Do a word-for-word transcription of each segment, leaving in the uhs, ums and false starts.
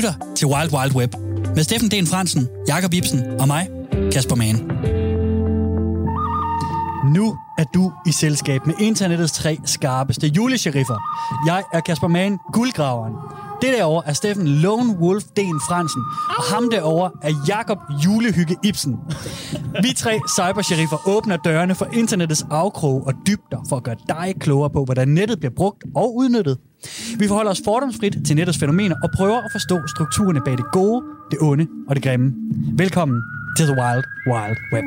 lytter til Wild Wild Web med Steffen Den Fransen, Jakob Ibsen og mig, Kasper Mann. Nu er du i selskab med internettets tre skarpeste julesheriffer. Jeg er Kasper Mann, guldgraveren. Det derovre er Steffen Lone Wolf Den Fransen, og ham derovre er Jakob Julehygge Ibsen. Vi tre cybersheriffer åbner dørene for internettets afkrog og dybder for at gøre dig klogere på, hvordan nettet bliver brugt og udnyttet. Vi forholder os fordomsfrit til nettets fænomener og prøver at forstå strukturerne bag det gode, det onde og det grimme. Velkommen til The Wild Wild Web.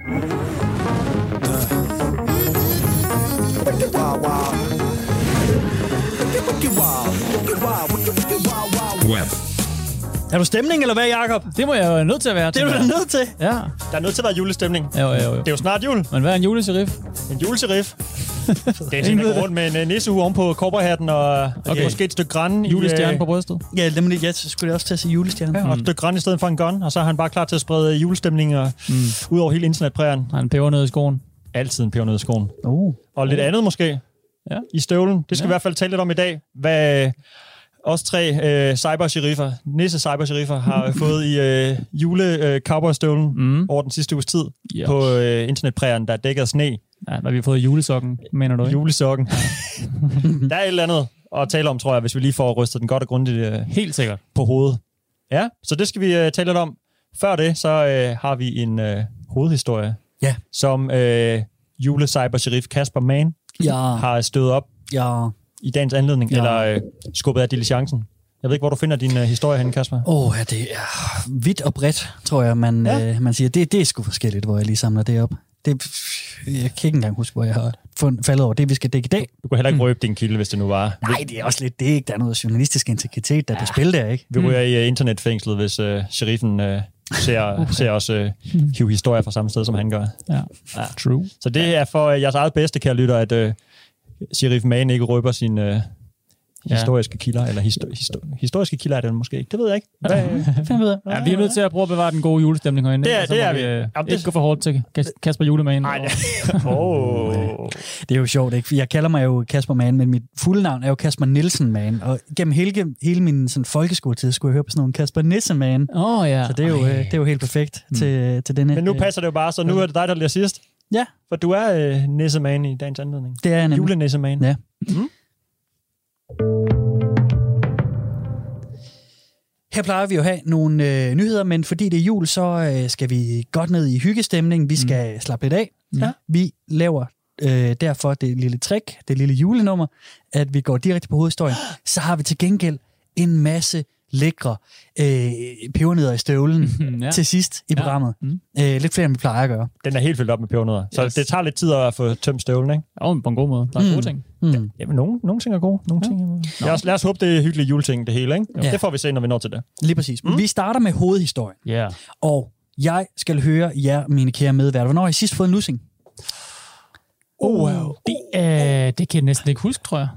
Web. Er du stemning, eller hvad, Jakob? Det må jeg jo nødt til at være. Det er du da nødt til. Ja. Der er nødt til at være julestemning. Jo, jo, jo. Det er jo snart jul. Men hvad er en juleserif? En juleserif. Det er sådan, at gå rundt med en nissehue oven på cowboyhatten og okay. måske et stykke gran. Julestjerne i, på brystet. Ja, nemlig. Jeg skulle også til at sige julestjerne. Ja, og et stykke gran i stedet for en gun. Og så er han bare klar til at sprede julestemning og, mm. ud over hele internetprægeren. Har en pebernød i skoen. Altid en pebernød i skoen. Uh. Og lidt andet måske. Ja. I støvlen. Det skal ja. vi i hvert fald tale lidt om i dag. Hvad os tre øh, cybersheriffer, nisse cybersheriffer, har fået i øh, jule-cowboystøvlen mm. over den sidste uges tid yes. på øh, internetprægeren, der er dækket af sne. Ja, hvad vi har fået i julesokken, mener du ikke? Julesokken. Der er et eller andet at tale om, tror jeg, hvis vi lige får rystet den godt og grundigt øh, helt sikkert på hovedet. Ja, så det skal vi øh, tale lidt om. Før det, så øh, har vi en øh, hovedhistorie, ja. som øh, jule-cybersherif Kasper Mann ja. har stødet op ja. i dagens anledning, ja. eller øh, skubbet af diligencen. Jeg ved ikke, hvor du finder din øh, historie henne, Kasper. Åh, oh, ja, det er vidt og bredt, tror jeg, man, ja. øh, man siger. Det, det er sgu forskelligt, hvor jeg lige samler det op. Det, jeg kan ikke engang huske, hvor jeg har fundet, faldet over det, vi skal dække i dag. Du kunne heller ikke røbe mm. din kilde, hvis det nu var. Nej, det er også lidt det, ikke? Der er noget journalistisk integritet, der er ja. på spil der, ikke? Vi ryger mm. i uh, internetfængslet, hvis uh, sheriffen uh, ser, okay. ser os uh, hive historier fra samme sted, som han gør. Ja, ja. True. Så det er for uh, jeres eget bedste, kære lytter, at uh, Sheriff Mann ikke røber sin uh, historiske kilder, eller histo- histo- historiske kilder er det måske ikke. Det ved jeg ikke. Hvad, ja, vi er nødt til at prøve at bevare den gode julestemning herinde. Det er, det er vi. vi øh, Jamen, ikke gå for hårdt til Kasper Julemann. Nej, det oh. det er jo sjovt, ikke? Jeg kalder mig jo Kasper Mann, men mit fulde navn er jo Kasper Nielsen Mann. Og gennem hele, hele min sådan, folkeskoletid skulle jeg høre på sådan nogle Kasper Nielsen Mann. Åh oh, ja. Så det er, jo, det er jo helt perfekt mm. til, til denne. Men nu passer det jo bare, så nu er det dig, der bliver sidst. Ja. For du er øh, Nissemann i dagens anledning. Det er jeg nemlig. Julenissemann. Ja. Mm. Her plejer vi jo at have nogle øh, nyheder, men fordi det er jul, så øh, skal vi godt ned i hyggestemning. Vi skal mm. slappe lidt af. Ja. Vi laver øh, derfor det lille trick, det lille julenummer, at vi går direkte på hovedhistorien. Så har vi til gengæld en masse lækre øh, pebernødder i støvlen ja. til sidst i programmet. Ja. Mm. Øh, lidt flere, end vi plejer at gøre. Den er helt fyldt op med pebernødder. Så yes. det tager lidt tid at få tømt støvlen, ikke? Ja, på en god måde. Der er mm. gode ting. Mm. Ja, jamen, nogle, nogle ting er gode. Nogle ja. ting er... Lad, os, lad os håbe, det er hyggelige juleting, det hele, ikke? Ja. Det får vi se, når vi når til det. Lige præcis. Mm. Vi starter med hovedhistorien. Yeah. Og jeg skal høre jer, mine kære medværter. Hvornår har I sidst fået en lussing? Oh, wow. Det, øh, det kan jeg næsten ikke huske, tror jeg.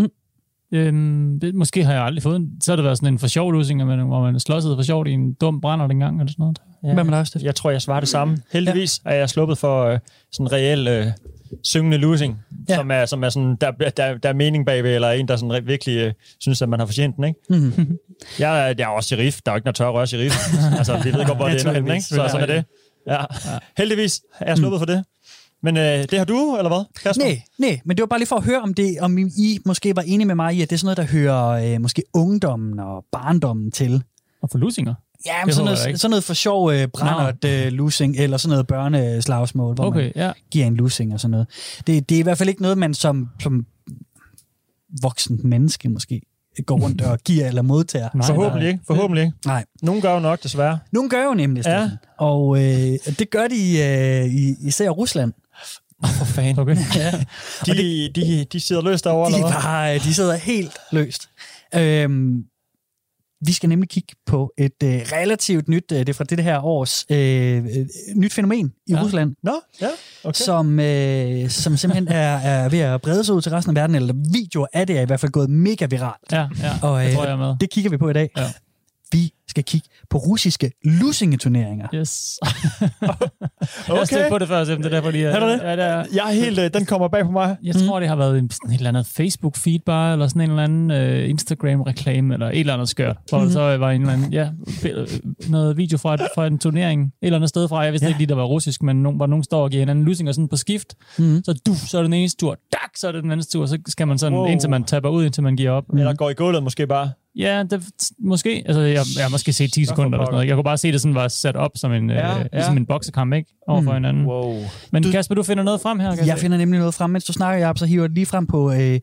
Øhm, det, måske har jeg aldrig fået en. Så har det været sådan en for sjov lussing, hvor man slåsede for sjovt i en dum brænder dengang, eller sådan noget. Ja. Hvad med dig, Steffen? Jeg tror, jeg svarer det samme. Heldigvis ja. er jeg sluppet for øh, sådan en reel øh, syngende lussing, ja. som er, som er sådan, der, der, der er mening bagved, eller en, der sådan virkelig øh, synes, at man har fortjent den, ikke? Mm-hmm. jeg, jeg er også sheriff. Der er jo ikke noget tør at røre sheriff. Altså, vi ved godt, hvor det ender henne, ikke? Så sådan er det. Ja. Ja. Heldigvis er jeg sluppet mm. for det. Men øh, det har du, eller hvad, Kasper? Nej, nej, men det var bare lige for at høre, om, det, om I måske var enige med mig i, at det er sådan noget, der hører øh, måske ungdommen og barndommen til. Og for lusinger? Ja, men sådan noget, sådan noget for sjov øh, brændert øh, lussing, eller sådan noget børneslagsmål, hvor okay, man ja. giver en lussing og sådan noget. Det, det er i hvert fald ikke noget, man som, som voksen menneske måske går rundt og giver eller modtager. Nej, forhåbentlig ikke. Forhåbentlig ikke. Nej. Nogle gør jo nok, desværre. Nogle gør jo nemlig, Steffen. Ja. Og øh, det gør de øh, i, især Rusland. Åh, oh, for fanden. Okay. Ja. De, det, de, de sidder løst derovre, de eller hvad? Bare, de sidder helt løst. Øhm, vi skal nemlig kigge på et øh, relativt nyt, øh, det er fra det her års, øh, nyt fænomen i ja. Rusland. Nå, ja, okay. Som, øh, som simpelthen er, er ved at brede sig ud til resten af verden, eller videoer af det er i hvert fald gået mega viralt. Ja, ja. Og øh, det tror jeg med. Det kigger vi på i dag. Ja. vi skal kigge på russiske lusingeturneringer. Yes. Okay. Jeg har stødt på det før, så det er derfor lige... Er du det? Ja, det er. Jeg er helt... Øh, den kommer bag på mig. Jeg tror, mm. det har været en, sådan et eller andet Facebook-feed bare, eller sådan en eller anden uh, Instagram-reklame, eller et eller andet skørt. For mm. så var en eller anden, ja, noget video fra, et, fra en turnering, et eller andet sted fra. Jeg vidste ja. ikke lige, der var russisk, men nogen, hvor nogen står og giver en anden lusinger sådan på skift. Mm. Så du, så er det den ene tur, dak, så er det den anden tur, så skal man sådan, wow. indtil man tapper ud, indtil man giver op. Mm. Eller går i gulvet måske bare. Ja, det, måske. Altså, jeg, jeg har måske set ti sekunder eller sådan noget. Jeg kunne bare se, at det sådan var sat op som en, ja, øh, ligesom ja. en boksekamp, ikke? Overfor mm. hinanden. Wow. Men du, Kasper, du finder noget frem her? Jeg finder nemlig noget frem, mens du snakker, Jacob, så hiver jeg det lige frem på øh,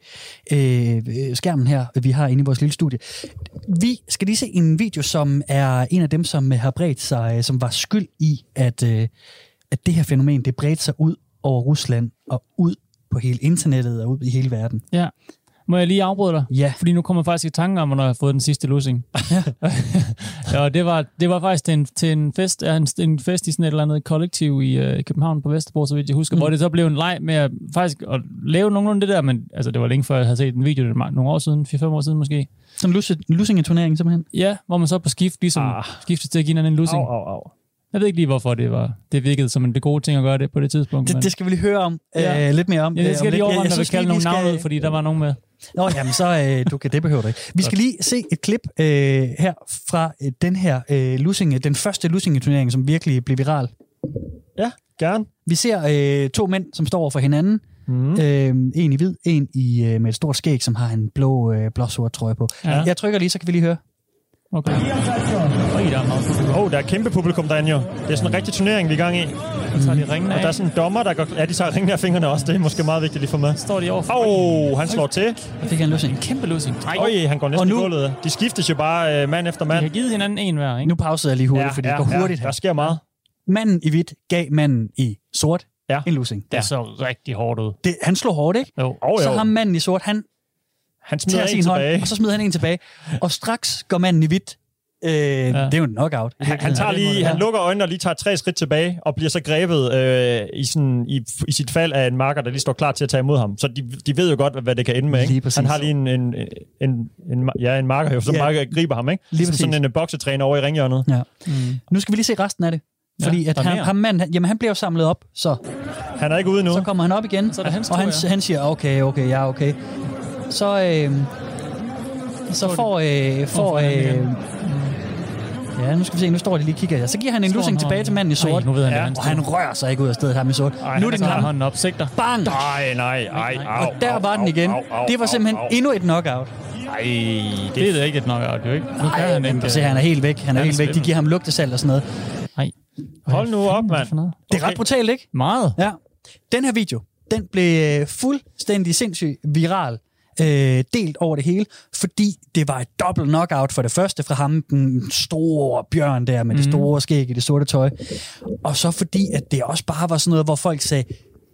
øh, skærmen her, vi har inde i vores lille studie. Vi skal lige se en video, som er en af dem, som har bredt sig, som var skyld i, at, øh, at det her fænomen, det bredte sig ud over Rusland og ud på hele internettet og ud i hele verden. Ja. Må jeg lige afbryde dig? Ja. Fordi nu kommer jeg faktisk i tanke om, når jeg har fået den sidste lussing. Ja. ja, det var, det var faktisk til en, til en fest, en, en fest i sådan et eller andet kollektiv i uh, København på Vesterbro, så vidt jeg husker, mm. hvor det så blev en leg med at, faktisk at lave nogenlunde det der, men altså, det var længe før jeg havde set en video, det var nogle år siden, fire fem år siden måske. Sådan en lussing-turnering simpelthen? Ja, hvor man så på skift ligesom ah. skiftes til at give en lussing. Au, au, au. Jeg ved ikke lige, hvorfor det var. Det virkede som en det gode ting at gøre det på det tidspunkt. Det, men... det skal vi lige høre om. Ja. Øh, lidt mere om. Ja, det skal jeg lige overveje, når vi kalder nogle skal... navne ud, fordi der var nogen med. Nå, jamen så, øh, du kan, det behøver du ikke. Vi skal lige se et klip øh, her fra øh, den her øh, lusinge, den første lusingeturnering, som virkelig blev viral. Ja, gerne. Vi ser øh, to mænd, som står over for hinanden. Mm. Øh, en i hvid, en i, øh, med et stort skæg, som har en blå, øh, blå-sort trøje på. Ja. Jeg trykker lige, så kan vi lige høre. Okay. Oj, der er meget publikum. Åh, oh, der er kæmpe publikum derinde jo. Det er sådan en rigtig turnering, vi er i gang i. Mm. Så de ringene af. Og der er sådan en dommer, der går... Ja, de tager ringene af fingrene også. Det er måske meget vigtigt lige for mig. Står de overfor. Åh, oh, han slår til. Og fik han lussing. En kæmpe lussing. Oj, han går næsten nu... i gulvet. De skiftes jo bare uh, mand efter mand. De har givet hinanden en hver, ikke? Nu pauser jeg lige hurtigt, ja, fordi ja, det går hurtigt ja, her. Der sker meget. Manden i hvidt gav manden i sort ja. en lussing. Det så rigtig hårdt ud. Det, han slår hårdt, ikke? Jo. Oh, jo. Så har manden i sort, han, han smider en tilbage. Hånd, og så smider han en tilbage. Og straks går manden i hvidt. Øh, ja. Det er jo en knockout. Han, han, tager lige, han lukker øjnene og lige tager tre skridt tilbage, og bliver så grebet øh, i, sådan, i, i sit fald af en marker, der lige står klar til at tage imod ham. Så de, de ved jo godt, hvad det kan ende med. Ikke? Han har lige en, en, en, en, ja, en marker, som ja. marker griber ham. Ikke? Lige sådan en boksetræner over i ringhjørnet. Ja. Mm. Nu skal vi lige se resten af det. Fordi ja, at han, ham mand, jamen, han bliver jo samlet op, så... Han er ikke ude nu. Så kommer han op igen, så er det hans og han, ja. han siger, okay, okay, ja, okay. Så, øh, så får... Øh, får øh, ja, nu skal vi se, nu står de lige og kigger her. Så giver han en lussing tilbage til manden i sort. Ej, nu ved han, ja, det, og han rører sig ikke ud af stedet her med sort. Ej, nu er det den ham. Hånden op, sigter. Bang! Nej, nej, ej, au, og der var den igen. Au, au, det var simpelthen au, au. endnu et knockout. Nej, det, det er ikke et knockout, jo ikke? Nu kan han ikke. Se, han er helt væk. Han er helt væk. De giver ham lugtesalt og sådan noget. Nej. Hold nu op, mand. Det er ret brutalt, ikke? Meget. Ja. Den her video, den blev fuldstændig sindssygt viral. Øh, delt over det hele, fordi det var et dobbelt knockout for det første fra ham, den store bjørn der med mm. det store skæg i det sorte tøj, og så fordi, at det også bare var sådan noget, hvor folk sagde,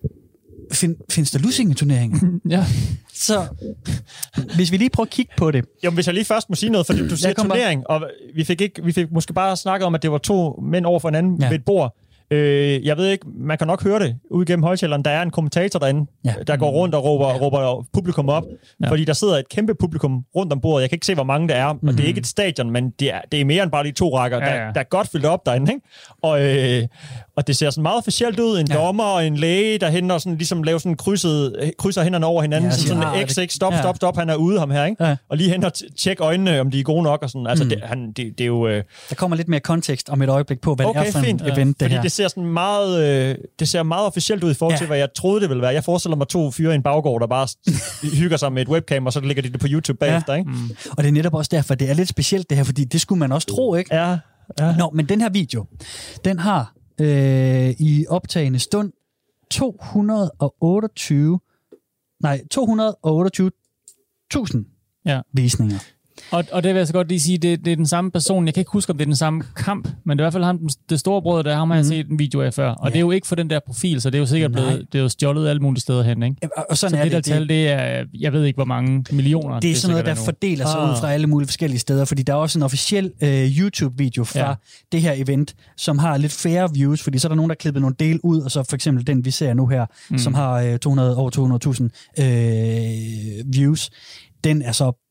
Find, findes der lusingeturneringer? Ja. Så hvis vi lige prøver at kigge på det. Jamen, hvis jeg lige først må sige noget, fordi du siger turnering, og vi fik, ikke, vi fik måske bare snakket om, at det var to mænd over for hinanden ja. ved et bord. Øh, jeg ved ikke, man kan nok høre det ude gennem højtaleren. Der er en kommentator derinde, ja. der går rundt og råber, råber publikum op, ja. fordi der sidder et kæmpe publikum rundt om bordet. Jeg kan ikke se, hvor mange der er, mm-hmm. og det er ikke et stadion, men det er, det er mere end bare de to rækker. Ja, ja. Der, der er godt fyldt op derinde, ikke? Og, øh, og det ser sådan meget officielt ud. En ja. dommer og en læge, der hænder sådan, ligesom laver sådan krydset, krydser hænderne over hinanden, ja, sådan, sådan en x, stop, stop, stop, han er ude, ham her, ikke? Ja. Og lige henter tjek øjnene, om de er gode nok, og sådan. Altså, mm. det, han, det, det er jo... Øh... Der kommer lidt mere kontekst om et øjeblik på, hvad okay, det er for fint. en event, ja. det Fordi her. det ser sådan meget, øh, det ser meget officielt ud i forhold til, ja. hvad jeg troede, det ville være. Jeg forestiller mig to fyre i en baggård, der bare hygger sig med et webcam, og så ligger de det på YouTube bagefter, ja. ikke? Mm. Og det er netop også derfor, det er lidt specielt det her, fordi det skulle man også tro, ikke? Ja. ja. Nå, men den her video, den har øh, i optagende stund to hundrede og otteogtyve, nej, to hundrede og otteogtyve tusind ja. visninger. Og, og det vil jeg så godt lige sige, det, det er den samme person. Jeg kan ikke huske, om det er den samme kamp, men det er i hvert fald ham, det store brød, der har man mm. set en video af før. Og ja. det er jo ikke for den der profil, så det er jo sikkert blevet, det er jo stjålet alle mulige steder hen, ikke? Ja, og sådan så er det, der det, tal, det er, jeg ved ikke, hvor mange millioner. Det er, det er sådan noget, der fordeler sig ah. ud fra alle mulige forskellige steder, fordi der er også en officiel øh, YouTube-video fra ja. det her event, som har lidt færre views, fordi så er der nogen, der har klippet nogle del ud, og så for eksempel den, vi ser nu her, mm. som har øh, to hundrede, over to hundrede tusind øh, views. Den er så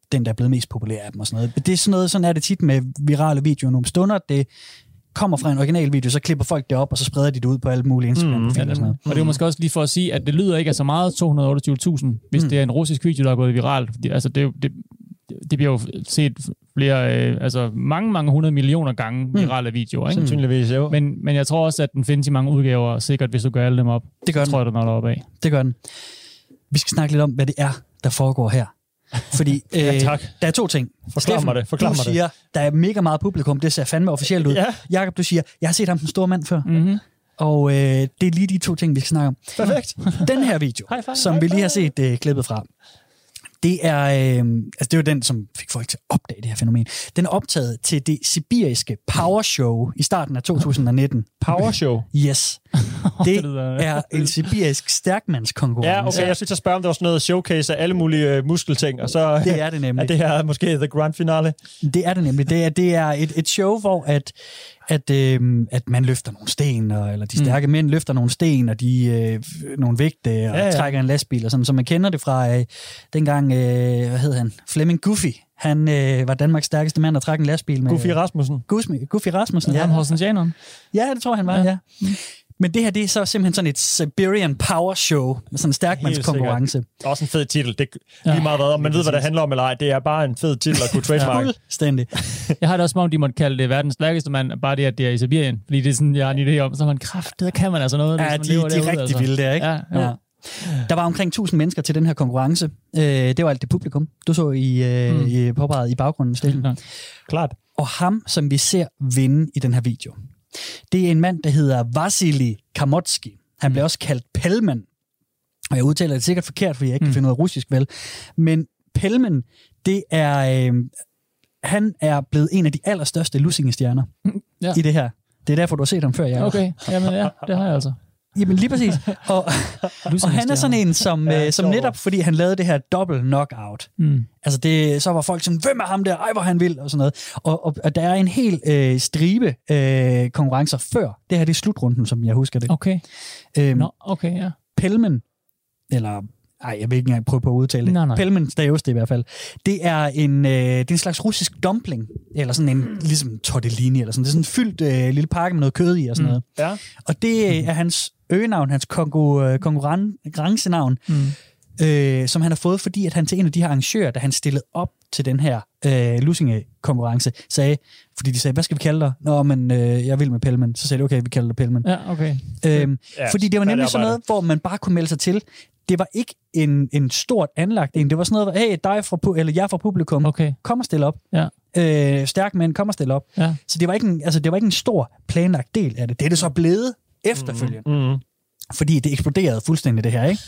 den, der er blevet mest populær af dem og sådan noget. Det er sådan noget, sådan er det tit med virale videoer nogle stunder. Det kommer fra en original video, så klipper folk det op, og så spreder de det ud på alle mulige Instagram-profiler mm, og sådan noget. Og det er måske også lige for at sige, at det lyder ikke af så meget to hundrede og otteogtyve tusind, hvis mm. det er en russisk video, der er gået viralt. Altså, det, det, det bliver jo set flere, øh, altså mange, mange hundrede millioner gange virale videoer, ikke? Sandsynligvis, jo. Men, men jeg tror også, at den findes i mange udgaver, sikkert hvis du gør alle dem op. Det gør den. Tror jeg, den er deroppe af. Det gør den. Vi skal snakke lidt om, hvad det er, der foregår her. Fordi øh, ja, tak. der er to ting. Forklar Steffen, mig det. Forklar du mig siger, det. der er mega meget publikum. Det ser fandme officielt ud. Ja. Jakob, du siger, jeg har set ham den store mand før. Mm-hmm. Og øh, det er lige de to ting, vi skal snakke om. Perfekt. Den her video, High five, som high vi lige har five. set øh, klippet fra, det er, øh, altså det var den, som fik folk til at opdage det her fænomen. Den er optaget til det sibiriske Power Show i starten af to tusind nitten. Power Show? Yes. Det lyder- er en sibirisk stærkmandskonkurrence. Ja, okay. Jeg synes, jeg spørger, om det var sådan noget showcase af alle mulige uh, muskelting, og så Det er det nemlig. er det her måske the grand finale. Det er det nemlig. Det er, det er et, et show, hvor at, at, øh, at man løfter nogle sten, og, eller de stærke mm. mænd løfter nogle sten, og de øh, nogle vægte, og Ja, ja. trækker en lastbil, og sådan, så man kender det fra øh, dengang, øh, hvad hed han, Flemming Goofy. Han øh, var Danmarks stærkeste mand, der trak en lastbil med... Goofy Rasmussen. Goofy, Goofy Rasmussen, Ja, ja. ham Horsensianeren. Ja, det tror jeg, han var, ja. ja. Mm. Men det her, det er så simpelthen sådan et Siberian Power Show, med sådan en stærkmandskonkurrence. Også en fed titel. Det er lige meget hvad, om man ved, hvad det handler om eller ej. Det er bare en fed titel at kunne trademark. Fuldstændig. Jeg har det også som om, de måtte kalde det verdens stærkeste mand, bare det, at det er i Sibirien. Fordi det er sådan, jeg har en idé om, så er man kraft, det kan man altså noget. Ja, hvis man de, lever de er derude, rigtig altså. vilde der, ikke? Ja, jo. ja. Der var omkring tusind mennesker til den her konkurrence. Øh, det var alt det publikum, du så i, øh, mm. i påpeget i baggrunden, Steffen. Ja. Klart. Og ham, som vi ser vinde i den her video, det er en mand, der hedder Vasily Kamotski. Han blev også kaldt Pelmen. Og jeg udtaler det sikkert forkert, fordi jeg ikke kan finde noget russisk, vel. Men Pelmen, det er... Øh, han er blevet en af de allerstørste lussingestjerner Ja. i det her. Det er derfor, du har set ham før, Jacob. Okay, jamen ja, det har jeg altså. Jamen lige præcis. Og, og han er sådan en, som, ja, øh, som netop, fordi han lavede det her dobbelt knockout. Mm. Altså det, så var folk sådan, hvem er ham der? Ej, hvor han vil, og sådan noget. Og, og, og der er en hel øh, stribe øh, konkurrencer før. Det her, det er slutrunden, som jeg husker det. Okay. Øhm, Nå, okay, ja. Pelmen, eller... Ej, jeg vil ikke engang prøve på at udtale det. Nej, nej. Pelmen staves det i hvert fald. Det er en, øh, det er en slags russisk dumpling, eller sådan en, ligesom tortellini, eller sådan. Det er sådan en fyldt øh, lille pakke med noget kød i og sådan noget. Ja. Og det er hans øgenavn, hans kongo, konkurrencenavn, mm. øh, som han har fået, fordi at han til en af de her arrangører, da han stillede op til den her øh, lussingekonkurrence, sagde, fordi de sagde, hvad skal vi kalde dig? Nå, men øh, jeg vil med Pelmen. Så sagde de, okay, vi kalder dig Pelmen. Ja, okay. Øhm, Ja, fordi det var nemlig sådan arbejde. noget, hvor man bare kunne melde sig til. Det var ikke en, en stort anlagt en. Det var sådan noget, hvor, hey, dig fra, pu- eller jeg fra publikum, Okay. kom og stille op. Ja. Øh, stærk mænd, kom og stille op. Ja. Så det var, ikke en, altså, det var ikke en stor planlagt del af det. Det er det så blevet efterfølgende. Mm-hmm. Fordi det eksploderede fuldstændig, det her, ikke?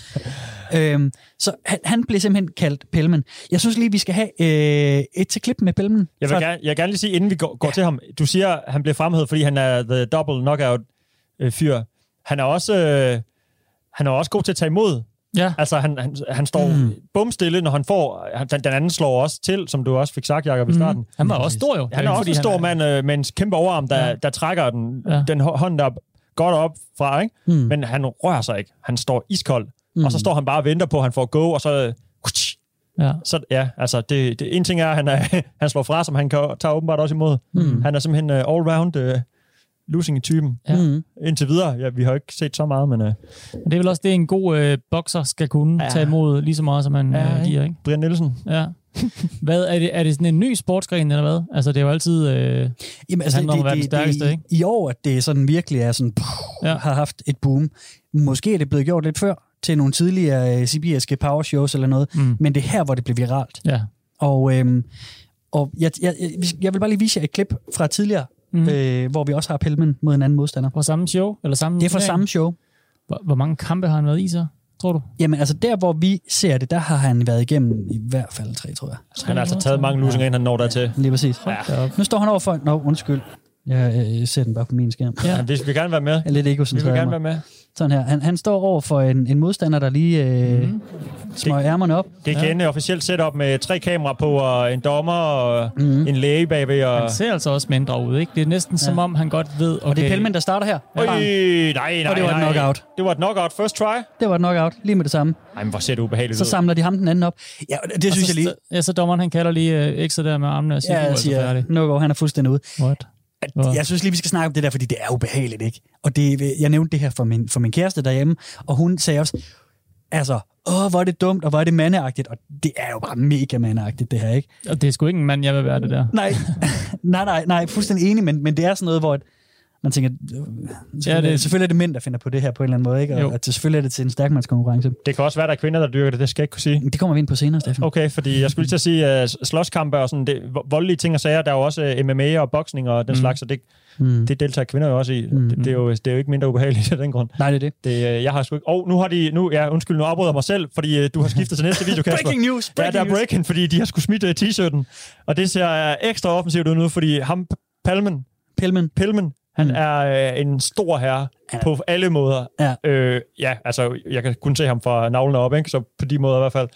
øhm, så han, han blev simpelthen kaldt Pelmen. Jeg synes lige, vi skal have øh, et til klip med Pelmen. Jeg vil, Fra- gerne, jeg vil gerne lige sige, inden vi går, går ja. til ham. Du siger, at han bliver fremhævet, fordi han er the double knockout-fyr. Han er også øh, han er også god til at tage imod. Ja. Altså, han, han, han står mm. bumstille, når han får... Han, den anden slår også til, som du også fik sagt, Jacob, i starten. Mm. Han var også stor jo. Han er også en stor mand øh, med en kæmpe overarm, der, ja. der trækker den, Ja. den hånd der godt op fra, ikke? Mm. Men han rører sig ikke. Han står iskold. Mm. Og så står han bare og venter på, at han får go, og så... Ja. Så ja, altså, det, det, en ting er, at han, er, han slår fra, som han kan, tager åbenbart også imod. Mm. Han er simpelthen uh, all-round uh, losing-typen. Ja. Mm. Indtil videre. Ja, vi har jo ikke set så meget, men... Uh, Men det er vel også det, en god øh, bokser skal kunne Ja. tage imod lige så meget, som man Ja, øh, giver, ikke? Brian Nielsen. Ja. Hvad, er, det, er det sådan en ny sportsgren, eller hvad? Altså, det er jo altid... Øh, Jamen, det handler om at være den stærkeste, det, ikke? I år, at det sådan virkelig er sådan, puh, Ja. ja. har haft et boom. Måske er det blevet gjort lidt før til nogle tidligere uh, sibiriske power shows eller noget, Mm. men det er her, hvor det blev viralt. ja. Og, øhm, og jeg, jeg, jeg vil bare lige vise jer et klip fra tidligere, Mm. mm. øh, hvor vi også har Pelmen mod en anden modstander. På samme show? Eller samme Det er fra turnering? samme show. Hvor, hvor mange kampe har han været i så, tror du? Jamen altså der, hvor vi ser det, der har han været igennem i hvert fald tre, tror jeg. Han har altså taget mange losinger, inden han når dertil. Lige præcis. Ja. Nu står han over for... Nå, undskyld. Jeg, jeg ser den bare på min skærm. Ja. Ja. Ja, hvis vi gerne være med. Jeg er lidt Vi vil egocentreret. gerne mig. være med. Sådan her. Han, han står over for en, en modstander, der lige øh, mm. smøger ærmerne op. Det er igen ja. officielt setup med tre kameraer på, og en dommer og mm. en læge bagved. Og... Han ser altså også mindre ud, ikke? Det er næsten ja. som om, han godt ved... Okay. Og det er Pellman, der starter her. Øj, nej, nej, og det var nej. et knockout. Det var et knockout first try? Det var et knockout, lige med det samme. Ej, men hvor ser det ubehageligt Så ud. samler de ham den anden op. Ja, det og synes så, jeg lige... Ja, så dommeren, han kalder lige øh, ekstra der med armene og siger, ja, jeg siger, no go, han er fuldstændig ude. What? At, jeg synes lige, vi skal snakke om det der, fordi det er ubehageligt, ikke? Og det, jeg nævnte det her for min, for min kæreste derhjemme, og hun sagde også, altså, åh, hvor er det dumt, og hvor er det mandeagtigt, og det er jo bare mega mandeagtigt, det her, ikke? Og det er sgu ikke en mand, jeg vil være det der. Nej, nej, nej, nej, fuldstændig enig, men, men det er sådan noget, hvor man tænker, selvfølgelig, ja, det, selvfølgelig er det mænd, der finder på det her på en eller anden måde, ikke? Og jo. At selvfølgelig er det til en stærkmandskonkurrence. Det kan også være, der er kvinder, der dyrker det, det skal jeg ikke kunne sige. Det kommer vi ind på senere, Steffen. Okay, fordi jeg skulle lige til at sige, uh, slåskampe og sådan, det, voldelige ting og sager, der er jo også uh, M M A og boksning og den mm. slags, og det, mm. det deltager kvinder jo også i. Mm. Det, det, er jo, det er jo ikke mindre ubehageligt af den grund. Nej, det er det. det uh, jeg har sgu ikke... Og oh, nu har de... Nu, ja, undskyld, nu afbryder jeg mig selv, fordi uh, du har skiftet til næste video, Kasper. Breaking news! Breaking ja, der er breaking, fordi de har sgu smidt uh, t-shirten. Og det ser uh, ekstra offensivt ud nu, fordi ham, Pellman, Pellman, Pellman han mm. er øh, en stor herre ja. på alle måder. Ja. Øh, ja, altså, jeg kan kun se ham fra navlene op, ikke? Så på de måder i hvert fald.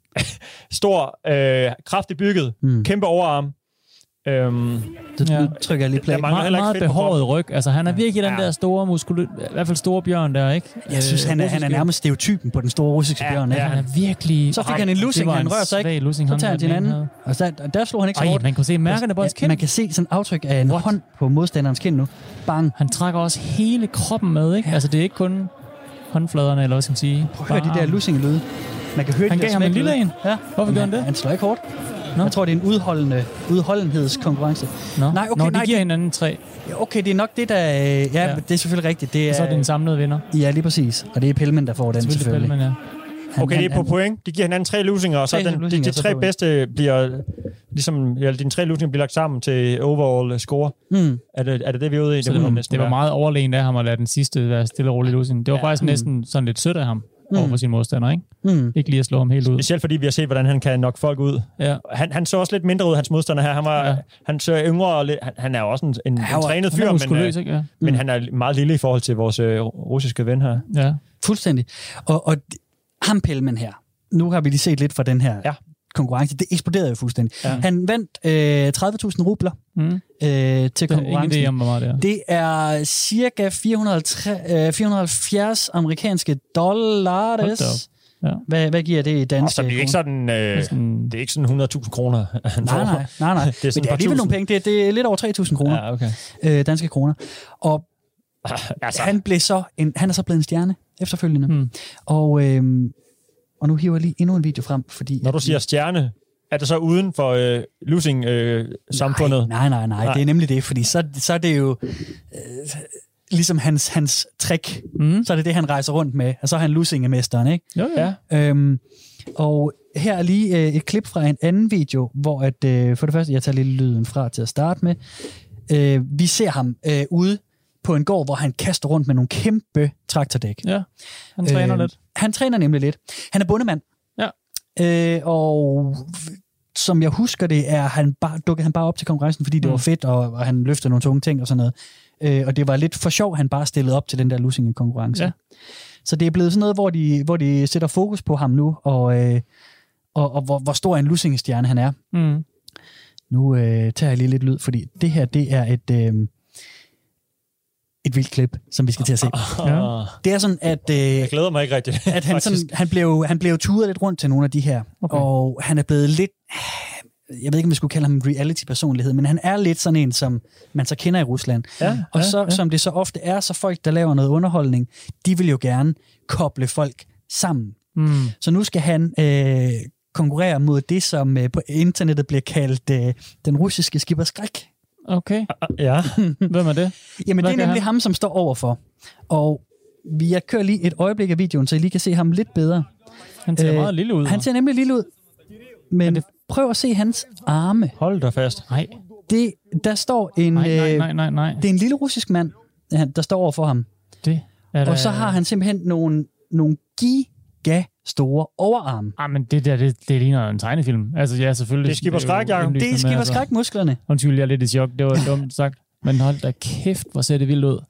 Stor, øh, kraftig bygget, mm. kæmpe overarm. Øhm, det ja. trykker jeg lige play. Meget, meget behåret ryg. Altså, han er virkelig den ja. der store muskulø... I hvert fald store bjørn der, ikke? Jeg synes, han er, han er nærmest stereotypen på den store russiske ja, bjørn. Ja, han er virkelig... Så fik han en lussing, han rører sig ikke. Lussing, så tager han til en anden. Og der, der slog han ikke så hårdt. Man kunne se mærkerne på hans kind. Man kan se sådan aftryk af en What? hånd på modstanderens kind nu. Bang. Han trækker også hele kroppen med, ikke? Ja. Altså, det er ikke kun håndfladerne, eller hvad skal man sige. Prøv at høre de der lussingelyde. Man kan høre han de gav ham en lille en. Ja. Hvorfor gør han det? Han slår ikke hårdt. No. Jeg tror, det er en udholdende, udholdenhedskonkurrence. No. Nej, okay, Nå, de nej, giver det, hinanden tre. Ja, okay, det er nok det, der... Ja, ja. det er selvfølgelig rigtigt. Det er, og så er det en samlet vinder. Ja, lige præcis. Og det er Pellman, der får den, selvfølgelig. selvfølgelig. Pellman, ja. Han, okay, han, det er på han, point. De giver hinanden tre losinger, og så den, de, de, de tre bedste bliver... Ligesom, ja, dine tre losinger bliver lagt sammen til overall score. Mm. Er, det, er det det, vi er ude i? Det, det, det var meget overlegent af ham at lade den sidste være stille og rolig losing. Det var ja. faktisk mm. næsten sådan lidt sødt af ham. Mm. over for sin modstander, ikke? Mm. Ikke lige at slå ham helt ud. Specielt fordi vi har set, hvordan han kan knock folk ud. Ja. Han, han så også lidt mindre ud, hans modstander her. Han var, ja. han så yngre, og lidt, han, han er også en, en, en trænet fyr, men, ikke? Ja. men mm. han er meget lille i forhold til vores øh, russiske ven her. Ja, fuldstændig. Og, og ham Pellman her, nu har vi lige set lidt fra den her ja. konkurrence. Det eksploderede jo fuldstændig. Ja. Han vandt øh, tredive tusind rubler mm. øh, til konkurrencen. Det er, om, det, er. det er cirka fire hundrede og halvfjerds amerikanske dollars. Ja. Hvad, hvad giver det i danske? Så det er ikke sådan, øh, det er ikke sådan hundrede tusind kroner. nej, nej, nej, nej. Det er, Men det er alligevel nogle penge. Det er, det er lidt over tre tusind kroner. Ja, okay. øh, danske kroner. Og altså. han, blev så en, han er så blevet en stjerne efterfølgende. Hmm. Og, øh, og nu hiver jeg lige endnu en video frem. Fordi Når du siger stjerne, er det så uden for øh, losing-samfundet? Øh, nej, nej, nej, nej. Det er nemlig det, fordi så, så er det jo... Øh, ligesom hans, hans trick, mm. så er det det, han rejser rundt med, og så er han lusingemesteren, ikke? Jo, ja. Øhm, og her er lige øh, et klip fra en anden video, hvor at, øh, for det første, jeg tager lige lyden fra til at starte med, øh, vi ser ham øh, ude på en gård, hvor han kaster rundt med nogle kæmpe traktordæk. Ja, han træner øh, lidt. Han træner nemlig lidt. Han er bondemand. Ja. Øh, og som jeg husker det, er han bare, dukkede han bare op til konkurrencen, fordi det mm. var fedt, og, og han løftede nogle tunge ting og sådan noget. Øh, og det var lidt for sjov, han bare stillede op til den der lusingekonkurrence. Ja. Så det er blevet sådan noget, hvor de, hvor de sætter fokus på ham nu, og, øh, og, og hvor, hvor stor en lusingestjerne han er. Mm. Nu øh, tager jeg lige lidt lyd, fordi det her, det er et, øh, et vildt klip, som vi skal til at se. Ja. Det er sådan, at... Øh, jeg glæder mig ikke rigtigt. at han, sådan, han, blev, han blev turet lidt rundt til nogle af de her, okay. og han er blevet lidt... Jeg ved ikke, om vi skulle kalde ham en reality-personlighed, men han er lidt sådan en, som man så kender i Rusland. Ja, og så, ja, ja. som det så ofte er, så folk, der laver noget underholdning, de vil jo gerne koble folk sammen. Mm. Så nu skal han øh, konkurrere mod det, som øh, på internettet bliver kaldt øh, den russiske skipper Skræk. Okay. Ja. Hvem er det? Jamen, Hvad det er nemlig han? ham, som står overfor. Og jeg kører lige et øjeblik af videoen, så I lige kan se ham lidt bedre. Han ser øh, meget lille ud. Han ser nemlig lille ud. Men det... prøv at se hans arme. Hold dig fast. Nej. Det, der står en... Nej, nej, nej, nej, nej. Det er en lille russisk mand, der står over for ham. Det er og så har han simpelthen nogle, nogle giga store overarme. Ah, men det der, det, det ligner en tegnefilm. Altså, ja, selvfølgelig. Det er Skipper Skræk, Jacob. Det er Skipper Skræk-musklerne. Undskyld, jeg er lidt i chok. Det var dumt sagt. Men hold da kæft, hvor ser det vildt ud.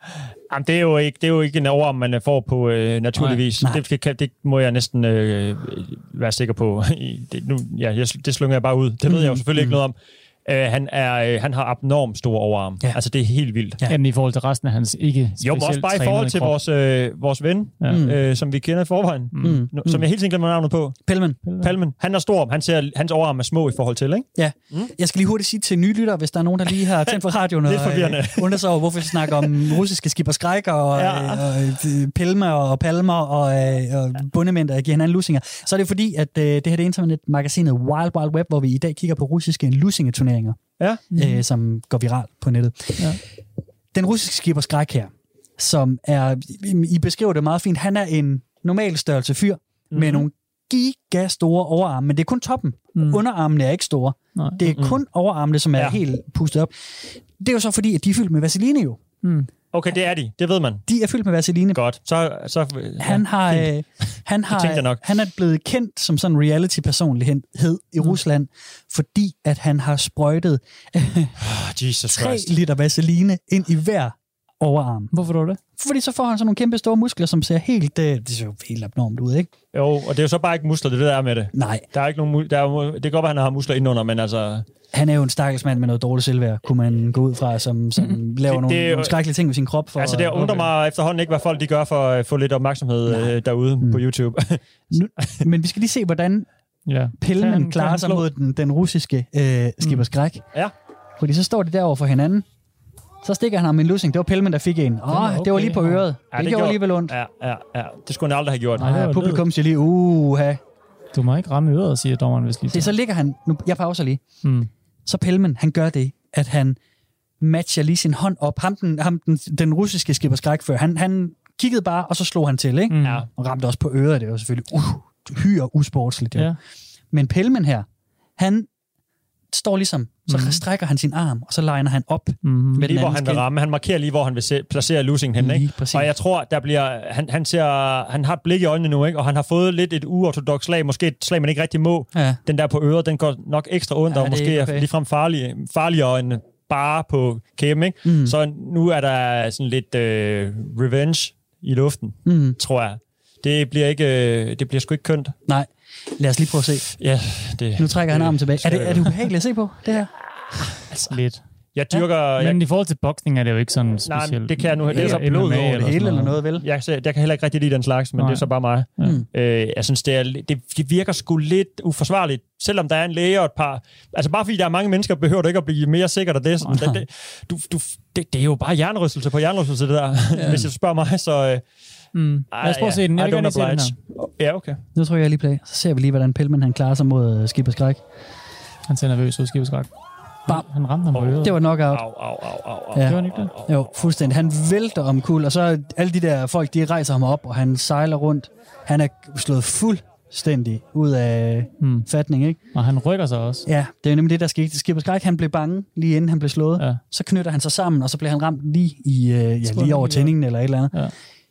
Jamen, det er jo ikke, det er jo ikke en overarm, man får på øh, naturligvis. Nej, nej. Det, det, det må jeg næsten øh, være sikker på. det, nu, ja, jeg, det slunger jeg bare ud. Det ved jeg jo selvfølgelig mm. ikke noget om. Uh, han, er, uh, han har abnormt store overarm. Ja. Altså, det er helt vildt. Ja. Jamen, i forhold til resten af hans ikke Jo, men også bare i forhold til vores, øh, vores ven, ja. øh, som vi kender i forvejen, mm. Mm. som jeg helt sikkert glemmer navnet på. Pelman. Pelman. Han er stor. Han ser, hans overarm er små i forhold til, ikke? Ja. Mm. Jeg skal lige hurtigt sige til nye lyttere, hvis der er nogen, der lige har tændt for radioen og øh, undrer sig over, hvorfor vi snakker om russiske skib og skræk og, ja. øh, og øh, pelmer og palmer og, øh, og bundemænd, der giver hinanden lusinger. Så er det fordi, at øh, det her det er internetmagasinet Wild Wild Web, hvor vi i dag kigger på russiske lusingeturneringer. Ja. Øh, som går viralt på nettet. Ja. Den russiske skib og skræk her, som er, I beskriver det meget fint, han er en normal størrelse fyr, mm-hmm. med nogle gigastore overarme, men det er kun toppen. Mm. Underarmene er ikke store. Nej. Det er mm-hmm. kun overarmene, som er ja. helt pustet op. Det er jo så fordi, at de er fyldt med vaseline jo. Mm. Okay, det er de. Det ved man. De er fyldt med vaseline. Godt. Så, så, han, ja, har, øh, han, har, nok. han er blevet kendt som sådan en reality-personlighed i mm. Rusland, fordi at han har sprøjtet øh, oh, Jesus tre Christ. liter vaseline ind i hver overarm. Hvorfor dog det? Fordi så får han sådan nogle kæmpe store muskler, som ser helt, øh, det ser jo helt abnormt ud, ikke? Jo, og det er jo så bare ikke muskler, det er det, der er med det. Nej. Der er ikke nogen, der er, det kan godt være, at han har muskler indenunder, men altså... Han er jo en stakkels mand med noget dårligt selvværd, kunne man gå ud fra, som, som mm. laver det, nogle, det, nogle skrækkelige ting med sin krop. For, altså det undrer mig efterhånden ikke, hvad folk de gør for at få lidt opmærksomhed øh, derude mm. på YouTube. nu, men vi skal lige se, hvordan ja. Pelman klarer sig mod den, den russiske øh, skib og skræk. Mm. Ja. Fordi så står de derovre for hinanden. Så stikker han ham en lussing. Det var Pelman, der fik en. Åh, oh, okay. Det var lige på øret. Ja, det, det gjorde alligevel ondt. Ja, ja, ja. Det skulle han aldrig have gjort. Nej, ja, publikum siger lige, uha. Du må ikke ramme øret, siger dommeren, hvis lige. Se, så ligger han... Nu, jeg pauser lige. Mm. Så Pelman, han gør det, at han matcher lige sin hånd op. Ham, den, ham, den, den russiske skib og skrækfører, han, han kiggede bare, og så slog han til, ikke? Mm. Ja. Og ramte også på øret. Det var selvfølgelig uh, hyre usportsligt. Ja. Men Pelman her, han står ligesom, så mm. strækker han sin arm, og så liner han op. Mm. Med lige hvor han vil ramme. Han markerer lige, hvor han vil se, placere losingen henne, ikke? Og jeg tror, der bliver, han, han, ser, han har et blik i øjnene nu, ikke? Og han har fået lidt et uortodoks slag, måske et slag, man ikke rigtig må. Ja. Den der på øret, den går nok ekstra ondt, ja, og måske okay. er ligefrem farlig, farligere end bare på kæben, ikke? Mm. Så nu er der sådan lidt øh, revenge i luften, mm. tror jeg. Det bliver ikke, øh, det bliver sgu ikke kønt. Nej. Lad os lige prøve at se. Ja, det, nu trækker han armen tilbage. Er det, er det ubehageligt at se på, det her? Altså, lidt. Jeg dyrker... Ja, men jeg, i forhold til boksning er det jo ikke sådan specielt... Nej, det kan jeg nu... Det er så blod over det hele eller noget, vel? Jeg, jeg kan heller ikke rigtig lide den slags, men nej. Det er så bare mig. Mm. Øh, jeg synes, det, er, det, det virker sgu lidt uforsvarligt, selvom der er en læge og et par... Altså bare fordi der er mange mennesker, behøver du ikke at blive mere sikkert af det. det, det, du, du, det, det er jo bare hjernerystelse på hjernerystelse, det der. Ja. Hvis jeg spørger mig, så... Øh, Mm. Lad os prøve at se den. Jeg vil gerne se den her. Ja, okay. Nu tror jeg, jeg lige play. Så ser vi lige, hvordan Pelman han klarer sig mod skib og skræk. Han ser nervøs ud, skib og skræk. Bam. Han ramte ham på øret. Det var knockout. Au, au, au, au, au. Ja. Det var ikke det? Jo, fuldstændig. Han vælter omkuld, og så alle de der folk, de rejser ham op, og han sejler rundt. Han er slået fuldstændig ud af hmm. fatning, ikke? Og han rykker sig også. Ja, det er jo nemlig det, der skete. Skib og skræk, han blev bange, lige inden han blev slået. Ja. Så knytter han sig sammen, og så bliver han ramt lige, i, ja, lige over tændingen eller et eller andet. Ja.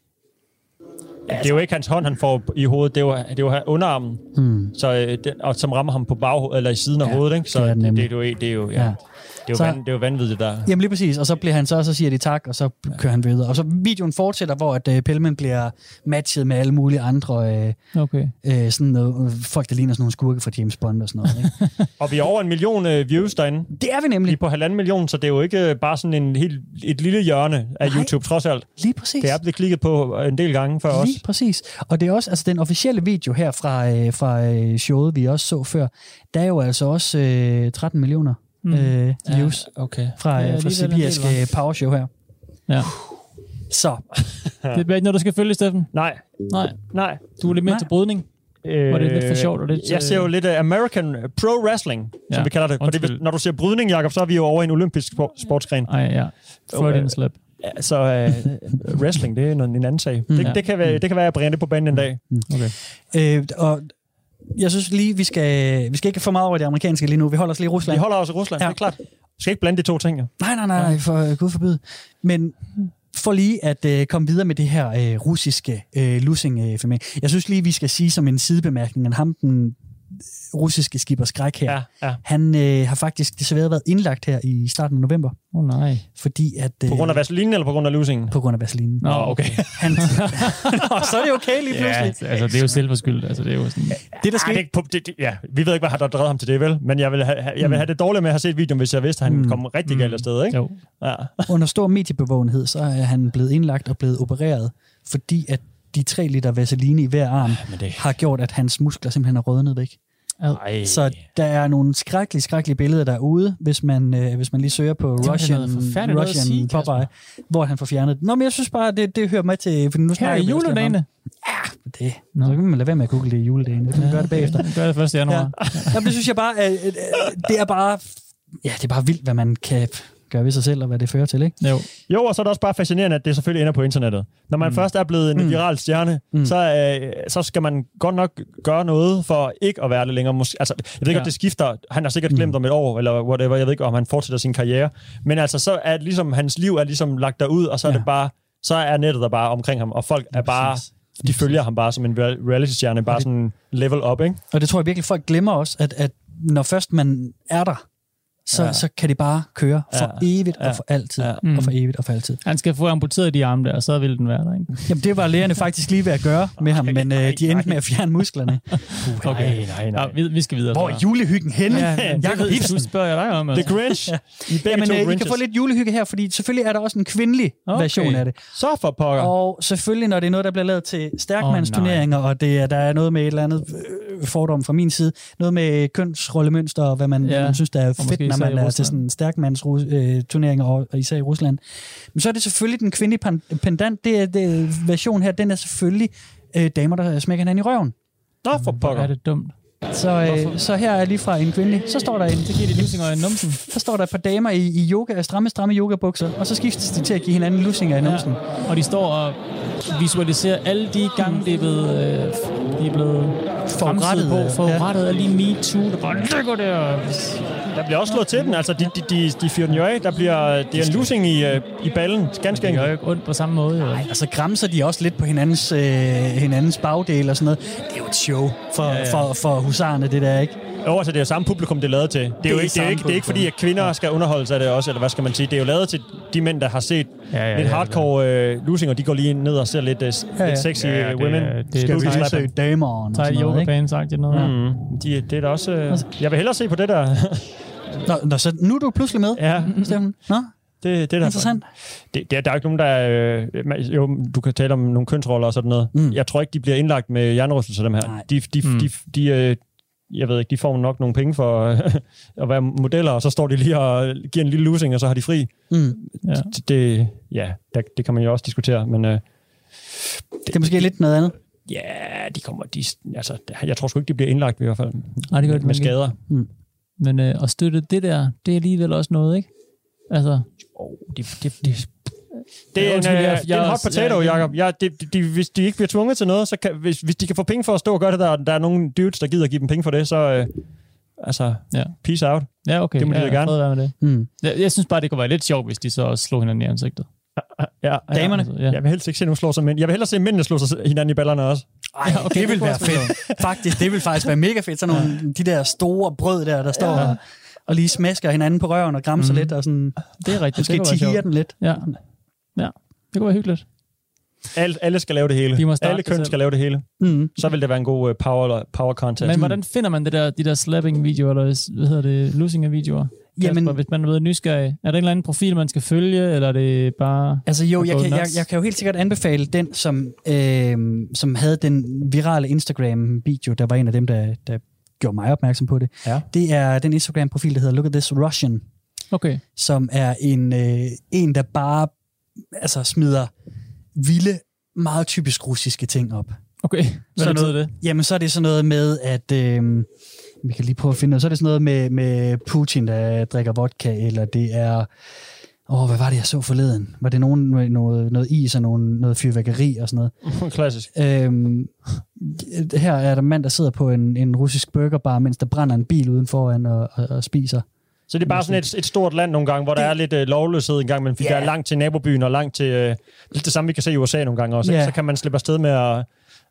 Det er jo ikke hans hånd, han får i hovedet, det er jo, det er jo underarmen, hmm. så, den, og, som rammer ham på bag eller i siden af ja, hovedet, ikke? Så det er, det, det, er jo, det er jo, ja. Ja. Det er jo, så, van, det er jo vanvittigt der. Jamen lige præcis, og så bliver han så, så siger de tak, og så kører ja. han videre. Og så videoen fortsætter, hvor at, uh, Pelman bliver matchet med alle mulige andre, uh, okay. uh, sådan noget, folk, der ligner sådan nogle skurke fra James Bond og sådan noget. Ikke? Og vi er over en million uh, views derinde. Det er vi nemlig. Vi er på halvanden million, så det er jo ikke bare sådan en helt, et lille hjørne af Nej, YouTube, trods alt. Lige præcis. Det er blevet klikket på en del gange for os. Lige præcis. Og det er også, altså den officielle video her fra, øh, fra øh, showet, vi også så før, der er jo altså også øh, tretten millioner mm. øh, views ja, okay. fra, øh, fra sibiriske powershow her. Ja. Så. Det er ikke noget, du skal følge, Steffen? Nej. Nej. Nej. Du er lidt mere Nej. til brydning. Øh, og det er lidt for sjovt. Og lidt, jeg ser jo lidt uh, American Pro Wrestling, ja, som vi kalder det. Fordi, når du siger brydning, Jacob, så er vi jo over i en olympisk sportsgren. Ej, ja. Freudian uh, slip. Ja, så uh, wrestling, det er en, en anden sag. Mm. Det, det, kan være, det kan være, at jeg bringer det på banen en dag. Mm. Okay. Øh, og jeg synes lige, vi skal, vi skal ikke få meget over det amerikanske lige nu. Vi holder os lige i Rusland. Vi holder os i Rusland, ja. Det er klart. Vi skal ikke blande de to ting, ja. Nej, nej, nej, for Gud forbyde. Men for lige at øh, komme videre med det her øh, russiske øh, lussing-fænomen. Jeg synes lige, vi skal sige som en sidebemærkning, at ham, den russiske skipper Skræk her, Ja, ja. han øh, har faktisk desværre været indlagt her i starten af november. Åh oh, nej. Fordi at... Øh, På grund af vaselinen eller på grund af losingen? På grund af vaselinen. Nå, okay. Han, og så er det okay lige pludselig. Ja, altså det er jo selvforskyldt. Altså det er jo sådan... Det, der Ej, det, er- det, det, ja, vi ved ikke, hvad der drevet ham til det, vel? Men jeg vil have, jeg vil have det dårligt med at have set videoen, hvis jeg vidste, at han mm. kom rigtig galt afsted, ikke? Jo. Ja. Under stor mediebevågenhed, så er han blevet indlagt og blevet opereret, fordi at de tre liter vaseline i hver arm det... har gjort, at hans muskler simpelthen er rødnet væk. Ej. Så der er nogle skrækkelige, skrækkelige billeder derude, hvis man, øh, hvis man lige søger på Russian, Russian Popeye, hvor han får fjernet det. Nå, men jeg synes bare, det, det hører med til... For nu her i juledagene. Ja, det. Så kan man lade være med at google det i juledagene. Det kan man gøre det bagefter. Gør det første januar. Ja. Jamen, det synes jeg bare, at, at, at det er bare... Ja, det er bare vildt, hvad man kan gøre ved sig selv, og hvad det fører til, ikke? Jo. Jo, og så er det også bare fascinerende, at det selvfølgelig ender på internettet. Når man mm. først er blevet en mm. viral stjerne, mm. så, øh, så skal man godt nok gøre noget for ikke at være det længere. Mås- altså, jeg ved ikke, ja. om det skifter. Han har sikkert glemt mm. om et år, eller whatever. Jeg ved ikke, om han fortsætter sin karriere. Men altså, så er det ligesom, hans liv er ligesom lagt derud, og så er ja. det bare, så er nettet der bare omkring ham, og folk er bare... De følger ham bare som en reality-stjerne, bare det, sådan level up, ikke? Og det tror jeg virkelig, folk glemmer også, at, at når først man er der, så, ja. så kan det bare køre for ja. evigt og for altid. Ja. Og for evigt og for altid. Han skal få amputeret de arme der, og så vil den være der, ikke? Jamen, det var lægerne faktisk lige ved at gøre med ham, men øh, de endte med at fjerne musklerne. Uh, okay, nej, nej. nej. Ja, vi, vi skal videre. Hvor er julehyggen henne? Ja, ja, Jakob Ibsen. Nu spørger jeg dig om. Altså. The Grinch. Ja. Jamen, øh, I kan få lidt julehygge her, fordi selvfølgelig er der også en kvindelig okay. version af det. Så for pokker. Og selvfølgelig, når det er noget, der bliver lavet til stærkmandsturneringer, oh, og det, der er noget med et eller andet øh, fordom fra min side, noget med kønsrollemønster, og hvad man, ja. man synes, der er fedt, når man er til sådan stærkmandsturneringer, og især i Rusland. Men så er det selvfølgelig den kvindelige pendant. Det er det, version her, den er selvfølgelig øh, damer, der smækker hinanden i røven. Nå, for pokker. Er det dumt. Så, øh, så her er lige fra en kvindelig. Så står der en... Så giver de lusinger i numsen. Så står der et par damer i, i yoga, stramme, stramme yogabukser, og så skiftes de til at give hinanden lusinger i numsen. Ja. Og de står og visualiserer alle de gange, det er blevet, øh, de er blevet forurettet på, forurettet ja. af lige MeToo, der bare ligger der. Der bliver også slået til den, altså de, de, de, de fyrer den jo af. Der bliver, det er en losing i, uh, i ballen, ganske enkelt. Det gør jo ikke ondt på samme måde. Nej, og så græmser de også lidt på hinandens, øh, hinandens bagdel og sådan noget. Det er jo et show for, ja, ja. for, for husarerne, det der, ikke? Jo, altså det er samme publikum, det er lavet til. Det er, det er jo ikke, det er ikke, det er ikke fordi, at kvinder skal underholde sig af det også, eller hvad skal man sige. Det er jo lavet til de mænd, der har set ja, ja, lidt hardcore øh, losing, og de går lige ned og ser lidt, øh, ja, ja. lidt sexy ja, ja, women. Det, det, skal vi lige se damer og sådan noget, ikke? Sagt, det noget mm, de, det er da også... Øh, jeg vil hellere se på det der... Nå, nå, så nu er du pludselig med, ja. Steffen. Nå, det, det er interessant. Det, det, der er ikke nogen, der... Øh, jo, du kan tale om nogle kønsroller og sådan noget. Mm. Jeg tror ikke, de bliver indlagt med hjernerystelser, dem her. De, de, mm. de, de, de, jeg ved ikke, de får nok nogle penge for at være modeller, og så står de lige og giver en lille losing, og så har de fri. Mm. Ja. Det, det, ja, det, det kan man jo også diskutere, men... Øh, det, det er måske lidt noget andet. Ja, de kommer... De, altså, jeg tror sgu ikke, de bliver indlagt i hvert fald. Nej, det gør med, med skader. Mm. Men øh, at støtte det der, det er alligevel også noget, ikke? Altså... Oh, det, det, det, det er en, jeg, jeg, det er en hot potato, ja, Jacob. Ja, de, de, hvis de ikke bliver tvunget til noget, så kan, hvis, hvis de kan få penge for at stå og gøre det der, og der er nogle dudes, der gider at give dem penge for det, så øh, altså, ja. peace out. Ja, okay. Det må de ja, ja, gerne. Være med det. Mm. Jeg, jeg synes bare, det kunne være lidt sjovt, hvis de så slog hinanden i ansigtet. Ja, ja, damerne. Altså, ja. Jeg vil helst ikke se nogen slå sig mænd. Jeg vil hellere se mændene slå sig hinanden i ballerne også. Ej, okay, det vil være fedt. Faktisk, det vil faktisk være mega fedt. Sådan nogle, de der store brød der, der står ja. og, og lige smæsker hinanden på røven og gramser mm. lidt. Og sådan, det er rigtigt. Måske tiger den lidt. Ja. ja, det kunne være hyggeligt. Alle, alle skal lave det hele. De alle køn skal lave det hele. Mm. Så vil det være en god uh, power, power contest. Men hvordan finder man det der, de der slapping-videoer, eller hvad hedder det, losing-videoer? Jamen, Kasper, hvis man er blevet nysgerrig. Er der en eller anden profil, man skal følge, eller er det bare... Altså jo, jeg kan, jeg, jeg kan jo helt sikkert anbefale den, som, øh, som havde den virale Instagram-video, der var en af dem, der, der gjorde mig opmærksom på det. Ja. Det er den Instagram-profil, der hedder Look at this Russian. Okay. Som er en, øh, en der bare altså, smider vilde, meget typisk russiske ting op. Okay, hvad er noget, det? Jamen, så er det sådan noget med, at... Øh, vi kan lige prøve at finde noget. Så er det sådan noget med, med Putin, der drikker vodka, eller det er... Åh, hvad var det, jeg så forleden? Var det nogen, noget, noget is og noget, noget fyrværkeri og sådan noget? Klassisk. Øhm, her er der en mand, der sidder på en, en russisk burgerbar, mens der brænder en bil udenforan og, og, og spiser. Så det er bare sådan et, et stort land nogle gange, hvor det, der er lidt øh, lovløshed en gang, men fordi yeah. der er langt til nabobyen og langt til... Øh, lidt det samme, vi kan se i U S A nogle gange også. Yeah. Så kan man slippe afsted med at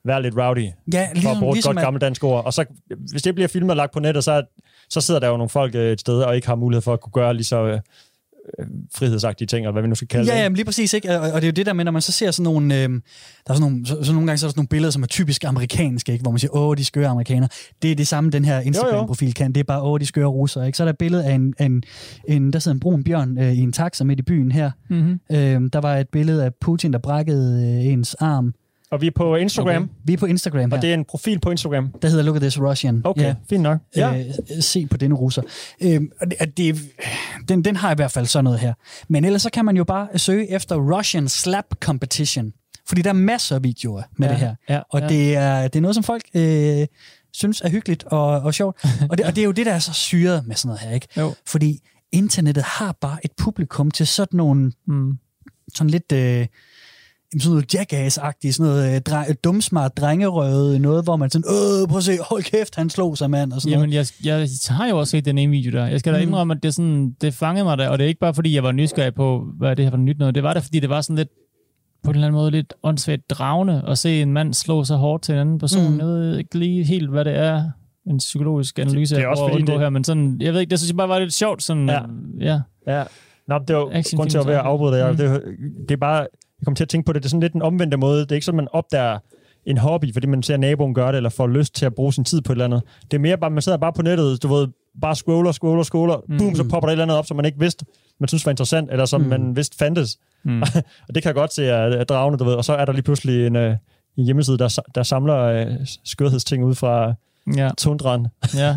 være lidt rowdy. Ja, ligesom, for at bruge et ligesom godt gammelt dansk ord. Og så, hvis det bliver filmet og lagt på nettet, så, så sidder der jo nogle folk et sted, og ikke har mulighed for at kunne gøre lige så øh, frihedsagtige ting, eller hvad vi nu skal kalde ja, det. Ja, jamen lige præcis, ikke? Og, og det er jo det der med, når man så ser sådan nogle, øh, der er sådan nogle, så, så nogle gange så er der sådan nogle billeder, som er typisk amerikanske, ikke? Hvor man siger, åh, de skøre amerikanere. Det er det samme, den her Instagram-profil kan. Det er bare, åh, de skøre russere, ikke? Så er der et billede af en, en, en der sidder en brun bjørn øh, i en taxa midt i byen her. Mm-hmm. Øh, der var et billede af Putin, der brækkede øh, ens arm. Og vi er på Instagram. Okay. Vi er på Instagram her. Og det er en profil på Instagram. Der hedder Look at this Russian. Okay, ja. Fint nok. Ja. Øh, se på denne russer. Øh, det, det, den, den har i hvert fald sådan noget her. Men ellers så kan man jo bare søge efter Russian Slap Competition. Fordi der er masser af videoer med ja. det her. Ja. Og ja. det, er, det er noget, som folk øh, synes er hyggeligt og, og sjovt. og, det, og det er jo det, der er så syret med sådan noget her, ikke? Jo. Fordi internettet har bare et publikum til sådan nogle mm. sådan lidt... Øh, sådan noget jackass-agtigt, sådan noget øh, dre- dumsmart drengerøvet, noget, hvor man sådan, åh, prøv at se, hold kæft, han slog sig, mand, og sådan Jamen, noget. jeg, jeg har jo også set den ene video der. Jeg skal da mm. indrømme, at det, sådan, det fangede mig der, og det er ikke bare, fordi jeg var nysgerrig på, hvad det her var nyt noget. Det var da, fordi det var sådan lidt, på en eller anden måde, lidt åndssvagt dragende at se en mand slå så hårdt til en anden person. Mm. Jeg ved ikke lige helt, hvad det er, en psykologisk analyse, det er også fordi det... her, men sådan, jeg ved ikke, det synes jeg bare var lidt sjovt. Sådan, ja. ja. ja. Nå, det var grund til at være afbryde dig. Mm. Det, det er bare... Jeg kommer til at tænke på det, det er sådan lidt en omvendte måde. Det er ikke sådan, man opdager en hobby, fordi man ser naboen gøre det, eller får lyst til at bruge sin tid på et eller andet. Det er mere bare, man sidder bare på nettet, du ved, bare scroller, scroller, scroller, mm. boom, så popper der et eller andet op, som man ikke vidste, man synes var interessant, eller som mm. man vidste fandtes. Mm. Og det kan jeg godt se af dragene, du ved. Og så er der lige pludselig en, uh, en hjemmeside, der, der samler uh, skørhedsting ud fra ja. tundraen. Ja.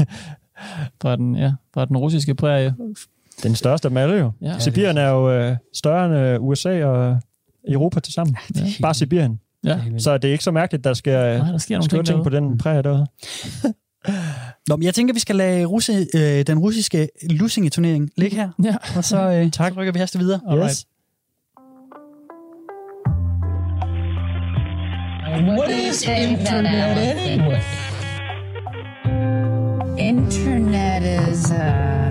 fra, den, ja, fra den russiske prærie. Den største af dem alle jo. Ja. Sibirien er jo øh, større end U S A og Europa til sammen. Ja, bare Sibirien. Ja. Så det er ikke så mærkeligt, der skal, Nej, der sker nogle ting, ting på den præge derude. Nå, men jeg tænker, vi skal lade Russi, øh, den russiske Lusinge-turnering ligge her. Ja. Og så, øh, tak. så rykker vi hastigt videre. Yes. What is internet anyway? Internet is... Uh...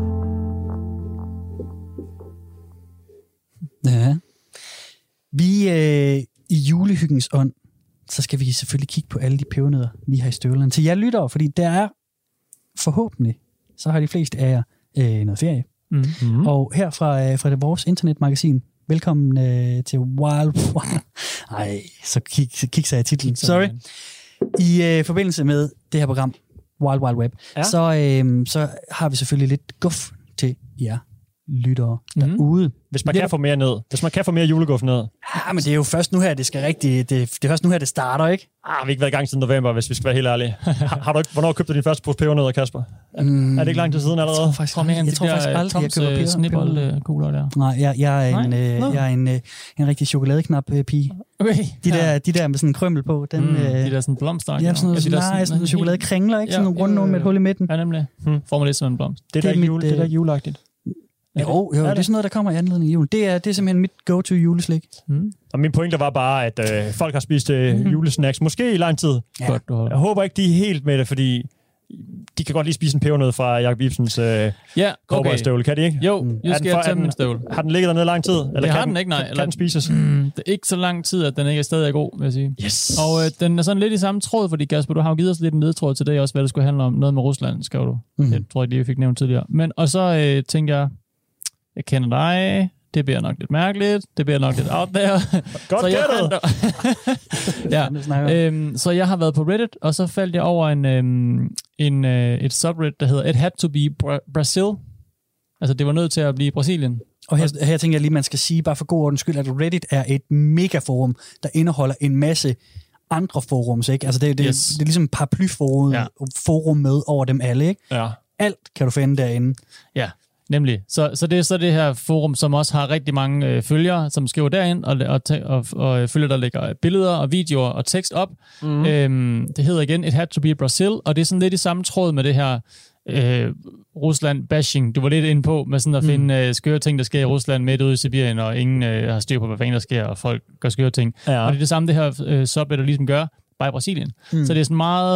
Ja. Vi øh, i julehyggens ånd, så skal vi selvfølgelig kigge på alle de pebernødder, vi har i støvlerne. Til jer lyttere, fordi der er forhåbentlig, så har de fleste af jer øh, noget ferie. Mm-hmm. Og her fra, øh, fra det vores internetmagasin, velkommen øh, til Wild Wild... Ej, så kig, så kig sig i titlen. Sorry. I øh, forbindelse med det her program, Wild Wild Web, ja. så, øh, så har vi selvfølgelig lidt guf til jer lyttere mm-hmm. derude. Hvis man kan få mere ned. Hvis man kan få mere juleguf ned. Ja, men det er jo først nu her, det skal rigtig... Det, det er først nu her, det starter, ikke? Ah, vi har ikke været i gang siden november, hvis vi skal være helt ærlige. har, har du ikke, hvornår købte du din første pose pebernødder, Kasper? Mm, er det ikke lang tid siden allerede? Jeg tror faktisk, Kom igen, jeg tror faktisk aldrig, jeg køber peber. Snibboldkugler der. Nej, jeg, jeg er, en, øh, jeg er en, øh, en rigtig chokoladeknap-pige. Okay. De, ja. der, de der med sådan en krømmel på. Den, mm, øh, de der sådan blomster. Ja, sådan noget, ja, nej, sådan, sådan noget chokoladekringler, ikke? Sådan nogle runde nogen med et hul i midten. Ja, nemlig. Hmm. Får man lidt som en blomst. Det, det er, jule, det er juleagtigt. Jo, jo, jo det? det er sådan noget, der kommer i anledning af julen. Det er, det er simpelthen mit go-to juleslik. Mm. Og min pointe var bare, at øh, folk har spist øh, mm-hmm. julesnacks, måske i lang tid. Ja. Godt, du jeg håber ikke, de er helt med det, fordi de kan godt lige spise en pebernød fra Jacob Ibsens øh, ja, okay. støvle, kan de ikke? Jo, mm. jeg skal jeg tage en støvle. Har den ligget dernede lang tid? Eller det har kan den ikke, nej. Kan, eller, kan den spises? Mm, det er ikke så lang tid, at den ikke er stadig god, vil jeg sige. Yes. Og øh, den er sådan lidt i samme tråd, fordi Kasper, du har jo givet os lidt en ledtråd til det også, hvad det skulle handle om. Noget med Rusland, skrev du. Mm. Det tror jeg lige, vi fik nævnt tidligere. Men, og så øh, tænker jeg, jeg kender dig, det bliver nok lidt mærkeligt, det bliver nok lidt out there. Godt så jeg ja. øhm, så jeg har været på Reddit, og så faldt jeg over en, øhm, en, øh, et subreddit, der hedder It Had To Be Bra- Brazil. Altså, det var nødt til at blive Brasilien. Og her, her tænker jeg lige, man skal sige, bare for god ordens skyld, at Reddit er et megaforum, der indeholder en masse andre forums, ikke? Altså, det, det, yes. det er ligesom paraplyforum ja. forum med over dem alle, ikke? Ja. Alt kan du finde derinde. Ja. Nemlig. Så, så det er så det her forum, som også har rigtig mange øh, følgere, som skriver derind, og, og, og, og følgere, der lægger billeder og videoer og tekst op. Mm. Øhm, det hedder igen It Had To Be Brazil, og det er sådan lidt i samme tråd med det her øh, Rusland-bashing. Du var lidt inde på med sådan at finde øh, skøre ting, der sker i Rusland midt ude i Sibirien, og ingen øh, har styr på, hvad fanden der sker, og folk gør skøre ting. Ja. Og det er det samme, det her øh, subreddit ligesom gør, bare i Brasilien. Mm. Så det er sådan meget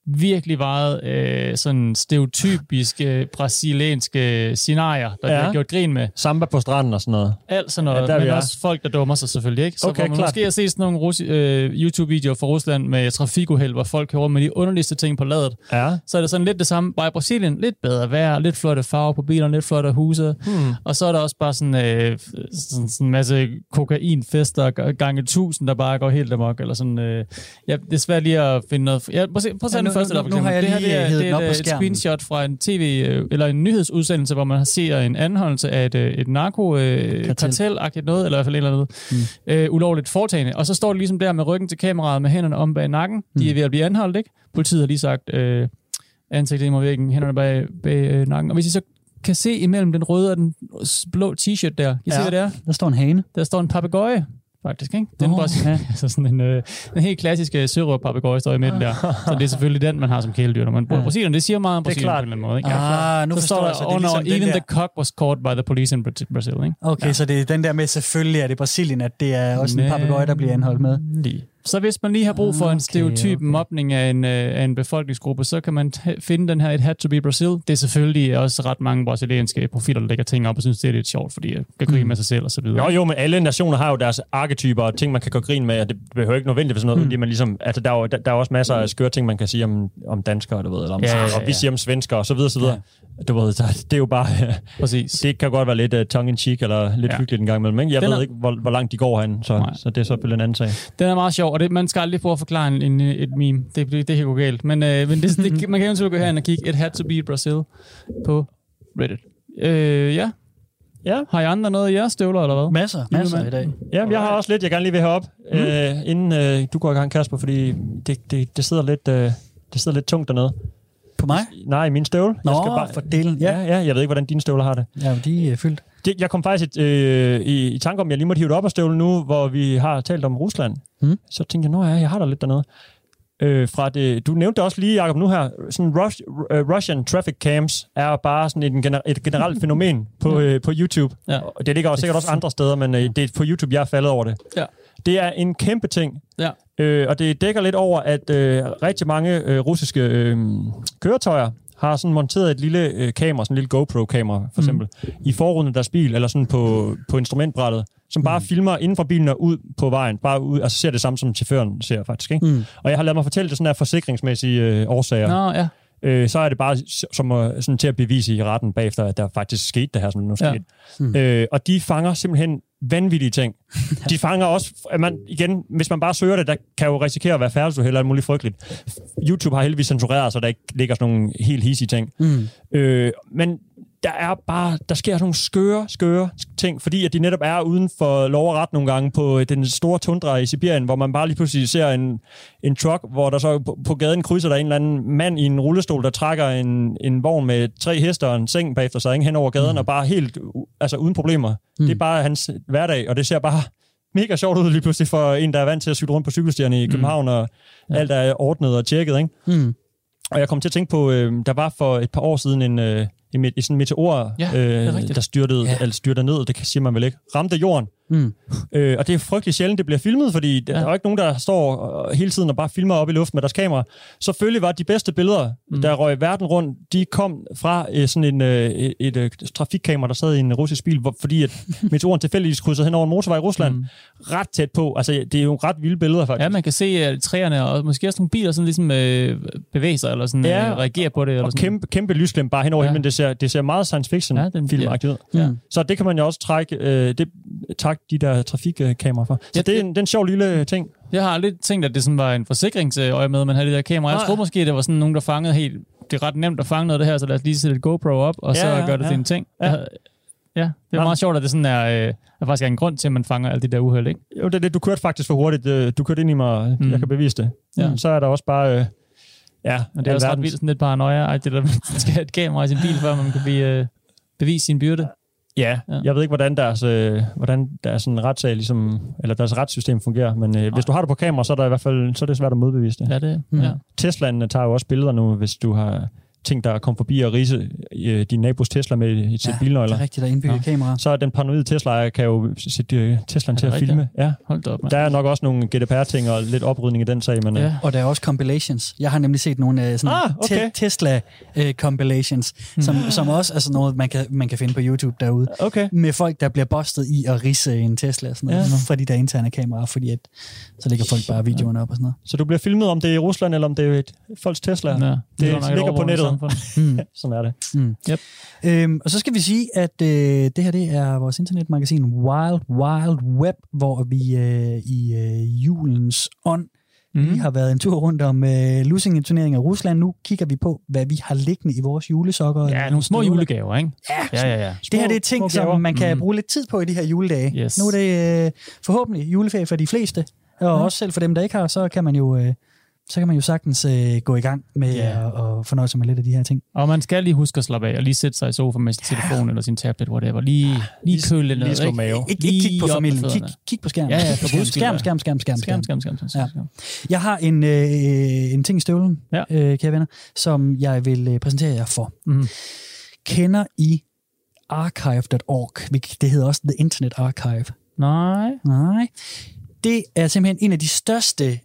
virkelig meget øh, sådan stereotypiske brasilianske scenarier, der ja. bliver gjort grin med. Samba på stranden og sådan noget. Alt sådan noget, ja, men også folk, der dummer sig selvfølgelig, ikke? Så okay, hvor man klart. måske har set sådan nogle Russi- øh, YouTube-videoer fra Rusland med trafikuheld, hvor folk kører med de underligste ting på ladet. Ja. Så er det sådan lidt det samme, bare i Brasilien. Lidt bedre vejr, lidt flotte farver på bilerne, lidt flotte huse. Hmm. Og så er der også bare sådan, øh, sådan, sådan en masse kokainfester gange tusind, der bare går helt amok. Eller sådan, øh, ja, det er svært lige at finde noget. Ja, prøv at se, prøv at se ja, den første der, for eksempel. Det her det er, det er et, et screenshot fra en tv, eller en nyhedsudsendelse, hvor man ser en anholdelse af et, et narko-kartel-agtigt noget, eller i hvert fald et eller andet hmm. øh, ulovligt foretagende. Og så står det ligesom der med ryggen til kameraet, med hænderne om bag nakken. De er ved at blive anholdt, ikke? Politiet har lige sagt, øh, ansigtet imod væggen, hænderne bag, bag øh, nakken. Og hvis I så kan se imellem den røde og den blå t-shirt der, kan I ja, se, hvad det er? Der står en hane. Der står en papegøje, faktisk, ikke? Den oh, bare, ja. altså sådan en, øh, en helt klassisk sørøver-papegøje står i midten der. Så det er selvfølgelig den, man har som kæledyr, når man bor i Brasilien. Det siger meget om Brasilien på en eller anden måde, ikke? Ah, nu så står der, så oh, no, ligesom even der... the cock was caught by the police in Brazil, ikke? Okay, ja. Så det er den der med, selvfølgelig er det Brasilien, at det er også en papegøje, der bliver anholdt med. Lige. Så hvis man lige har brug for okay, en stereotyp okay. mobning af en, af en befolkningsgruppe, så kan man t- finde den her It Had to Be Brazil. Det er selvfølgelig også ret mange brasilianske profiler, der lægger ting op og synes, det er lidt sjovt, fordi jeg kan grine mm. med sig selv og så videre. Jo, jo, men alle nationer har jo deres arketyper og ting, man kan gå grin med, og det behøver ikke nødvendigvis sådan noget, mm. fordi man ligesom, altså der er jo der, der er også masser af skøre ting, man kan sige om, om danskere, du ved, eller om, ja, ja, ja. og vi siger om svenskere og så videre, så videre. Ja. Du ved, det er jo bare... Præcis. Det kan godt være lidt uh, tongue-in-cheek eller lidt ja. hyggeligt en gang imellem, ikke? Jeg den ved er... ikke, hvor, hvor langt de går hen, så, så det er selvfølgelig en anden sag. Den er meget sjov, og det, man skal aldrig prøve at forklare en, en, et meme. Det, det, det kan gå galt. Men, øh, men det, det, man kan eventuelt gå herhen og kigge It Had to Be Brazil på Reddit. Øh, ja. Ja. Har I andre noget i jeres støvler, eller hvad? Masser, masser i dag. Ja, jeg har også lidt, jeg gerne lige vil have op, mm. øh, inden øh, du går i gang, Kasper, fordi det, det, det, sidder lidt, øh, det sidder lidt tungt dernede. På mig? Nej, i min støvle. Nå, jeg skal bare, for delen. Ja. ja, ja, jeg ved ikke, hvordan dine støvler har det. Ja, de er fyldt. Det, jeg kom faktisk øh, i, i tanke om, jeg lige måtte hive det op af støvlen nu, hvor vi har talt om Rusland. Mm. Så tænkte jeg, nå ja, jeg har der lidt dernede. Øh, fra det, du nævnte også lige, Jacob, nu her, sådan Rus, uh, Russian traffic cams er bare sådan et, gener, et generelt fænomen på, øh, på YouTube. Ja. Og det ligger også sikkert også andre steder, men øh, det er på YouTube, jeg er faldet over det. Ja. Det er en kæmpe ting. Ja. Øh, og det dækker lidt over, at øh, rigtig mange øh, russiske øh, køretøjer har sådan monteret et lille øh, kamera, sådan en lille GoPro-kamera for eksempel, mm. i forruden af deres bil, eller sådan på, på instrumentbrættet, som bare mm. filmer inden fra bilen og ud på vejen. Bare ud, altså ser det samme, som chaufføren ser faktisk. Ikke? Mm. Og jeg har ladet mig fortælle det sådan her forsikringsmæssige øh, årsager. Nå, ja. Øh, så er det bare som at, sådan til at bevise i retten bagefter, at der faktisk skete det her, som nu skete. Ja. Mm. Øh, og de fanger simpelthen vanvittige ting. De fanger også, at man, igen, hvis man bare søger det, der kan jo risikere at være færdselsuheld eller alt muligt frygteligt. YouTube har heldigvis censureret, så der ikke ligger sådan nogle helt hissige ting. Mm. Øh, men der er bare, der sker sådan nogle skøre, skøre ting, fordi at de netop er uden for lov og ret nogle gange på den store tundra i Sibirien, hvor man bare lige pludselig ser en, en truck, hvor der så på, på gaden krydser der en eller anden mand i en rullestol, der trækker en, en vogn med tre heste og en seng bagefter sig, hen over gaden, mm. og bare helt, altså uden problemer. Mm. Det er bare hans hverdag, og det ser bare mega sjovt ud lige pludselig for en, der er vant til at cykle rundt på cykelstierne i København, mm. og ja. alt er ordnet og tjekket, ikke? Mm. Og jeg kom til at tænke på, øh, der var for et par år siden en... Øh, i, i sådan en meteor, ja, øh, der styrtede, ja. eller styrtede ned, det siger man vel ikke, ramte jorden. Mm. Øh, og det er frygtelig sjældent, det bliver filmet, fordi ja. der er jo ikke nogen, der står hele tiden og bare filmer op i luften med deres kamera. Selvfølgelig var de bedste billeder, mm. der røg verden rundt, de kom fra øh, sådan en, øh, et, et, et trafikkamera, der sad i en russisk bil, hvor, fordi at meteoren tilfældigvis krydsede hen over en motorvej i Rusland. Mm. Ret tæt på. Altså, det er jo ret vilde billeder, faktisk. Ja, man kan se uh, træerne, og måske også nogle biler, sådan ligesom øh, bevæger sig, eller sådan ja, øh, reagerer på det. Eller og sådan. kæmpe, kæmpe lysglem bare hen over ja. himlen. Det ser, det ser meget science fiction ja, filmagtigt ud. Ja. Så det kan man jo også trække, øh, det, trække de der trafikkameraer for. Så ja, det, er en, det er en sjov lille ting. Jeg har aldrig tænkt, at det sådan var en forsikringsøje med, at man havde det der kamera. Jeg troede måske, det var sådan nogen, der fangede helt... Det er ret nemt at fange noget af det her, så lad os lige sætte et GoPro op, og ja, så ja, gør det ja. til en ting. Ja, ja det er meget sjovt, at det sådan er... Øh, der faktisk er en grund til, at man fanger alt det der uheld, ikke? Jo, det er det. Du kørte faktisk for hurtigt. Du kørte ind i mig, mm. jeg kan bevise det. Ja. Så er der også bare... Øh, ja, og det er også ret vildt, sådan lidt paranoia. Det der, man skal have et kamera i sin bil, før man kan blive, øh, bevise sin byrde. Ja, ja, jeg ved ikke, hvordan deres, øh, hvordan deres sådan retssag, ligesom, eller deres retssystem fungerer, men øh, hvis du har det på kamera, så er, der i hvert fald, så er det svært at modbevise det. Ja, det mm. ja. Teslaen tager jo også billeder nu, hvis du har ting, der kom forbi og rise øh, din nabos Tesla med et sæt Ja, bilnøgler. det er rigtigt, der er indbygget kamera. Så er den paranoide Tesla kan jo sætte øh, Teslaen til at rigtigt? filme. Ja. Hold da op, man. Der er nok også nogle G D P R-ting og lidt oprydning i den sag, men... Ja. Øh, Og der er også compilations. Jeg har nemlig set nogle uh, sådan Ah, okay. te- Tesla uh, compilations, som, som også er sådan noget, man kan, man kan finde på YouTube derude. okay. Med folk, der bliver bustet i at ridse en Tesla sådan noget, Ja. fra de der interne kameraer, fordi at, så lægger folk bare videoerne op og sådan noget. Så du bliver filmet, om det er i Rusland, eller om det er et folks Tesla. Ja, det er godt nok et ligger på nettet. overvågnet samfund. Sådan er det. Mm. Yep. Øhm, og så skal vi sige, at øh, det her det er vores internetmagasin Wild Wild Web, hvor vi øh, i øh, julens ånd Mm. vi har været en tur rundt om øh, losing-turneringen af Rusland. Nu kigger vi på, hvad vi har liggende i vores julesokker. Ja, nogle små støvler. julegaver, ikke? Ja, Ja, ja, ja. det her det er små ting, gaver. som man kan Mm. bruge lidt tid på i de her juledage. Yes. Nu er det øh, forhåbentlig juleferie for de fleste, og Ja. også selv for dem, der ikke har, så kan man jo, øh, så kan man jo sagtens øh, gå i gang med Ja. at, at fornøje sig med lidt af de her ting. Og man skal lige huske at slappe af og lige sætte sig i sofa med sin telefon eller sin tablet, whatever. Lige, lige køle lidt ned, lige slå ikke? mave. Ikke, ikke kig på op med familien, kig, fødderne. kig på skærmen. Ja, ja, Kig på for guds skærm, skyld, skærm, skærm, skærm, skærm, Skærm, skærm. skærm, skærm, skærm. skærm. Jeg har en, øh, en ting i støvlen, Ja. øh, kære venner, som jeg vil øh, præsentere jer for. Mhm. Kender I archive punktum org? Det hedder også The Internet Archive. Nej. Nej. Det er simpelthen en af de største øh,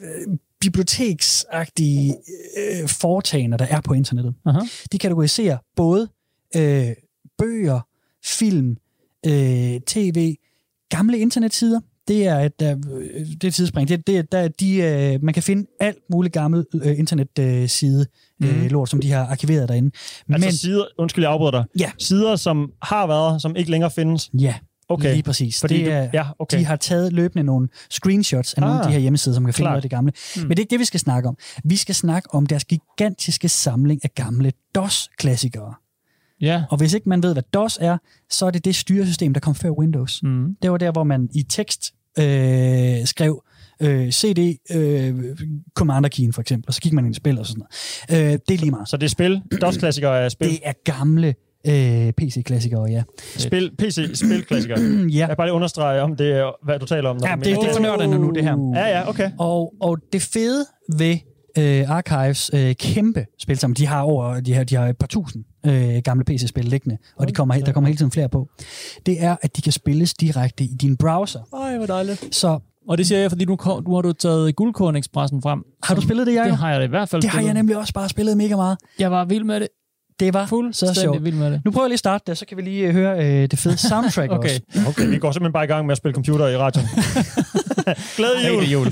biblioteksagtige øh, foretagender, der er på internettet. Aha. De kategoriserer både øh, bøger, film, øh, tv, gamle internetsider. Det er et, øh, det er et tidsspring. Det, det, der er de, øh, man kan finde alt muligt gammel øh, internetside, øh, Mhm. lort, som de har arkiveret derinde. Altså Men sider, undskyld, jeg afbryder dig. ja, Sider, som har været, som ikke længere findes. ja, Okay. lige præcis. Fordi det er, du, ja, okay. De har taget løbende nogle screenshots af ah, nogle af Ah, de her hjemmesider, som man kan finde klart. noget af det gamle. Mm. Men det er ikke det, vi skal snakke om. Vi skal snakke om deres gigantiske samling af gamle DOS-klassikere. Ja. Og hvis ikke man ved, hvad DOS er, så er det det styresystem, der kom før Windows. Mm. Det var der, hvor man i tekst øh, skrev øh, C D øh, Commander-keyen for eksempel, og så gik man ind i spil og sådan noget. Øh, det er lige meget. Så det er spil. DOS-klassikere er spil. Det er gamle øh, P C-klassikere, ja. Spil, P C-spilklassikere. ja. Jeg vil bare lige understrege, om det er, hvad du taler om. når Ja, du det, mener det er for nørderne nu, det her. Ja, ja, okay. Og, og det fede ved øh, Archives øh, kæmpe spilsamling, de har over de har, de har et par tusind øh, gamle P C-spil liggende, og de kommer, der kommer hele tiden flere på. Det er, at de kan spilles direkte i din browser. Ej, hvor dejligt. Så Og det siger jeg, fordi nu, kom, nu har du taget Guldkorn-ekspressen frem. har du spillet det, Jacob? Det har jeg da i hvert fald Det har spillet. jeg nemlig også bare spillet mega meget. Jeg var vild med det. Det var så Fuldstændig sjovt. vild med det. Nu prøver jeg lige at starte det, så kan vi lige øh, høre øh, det fede soundtrack Okay. også. Okay, vi går simpelthen bare i gang med at spille computer i radioen. Glædelig jul. jul.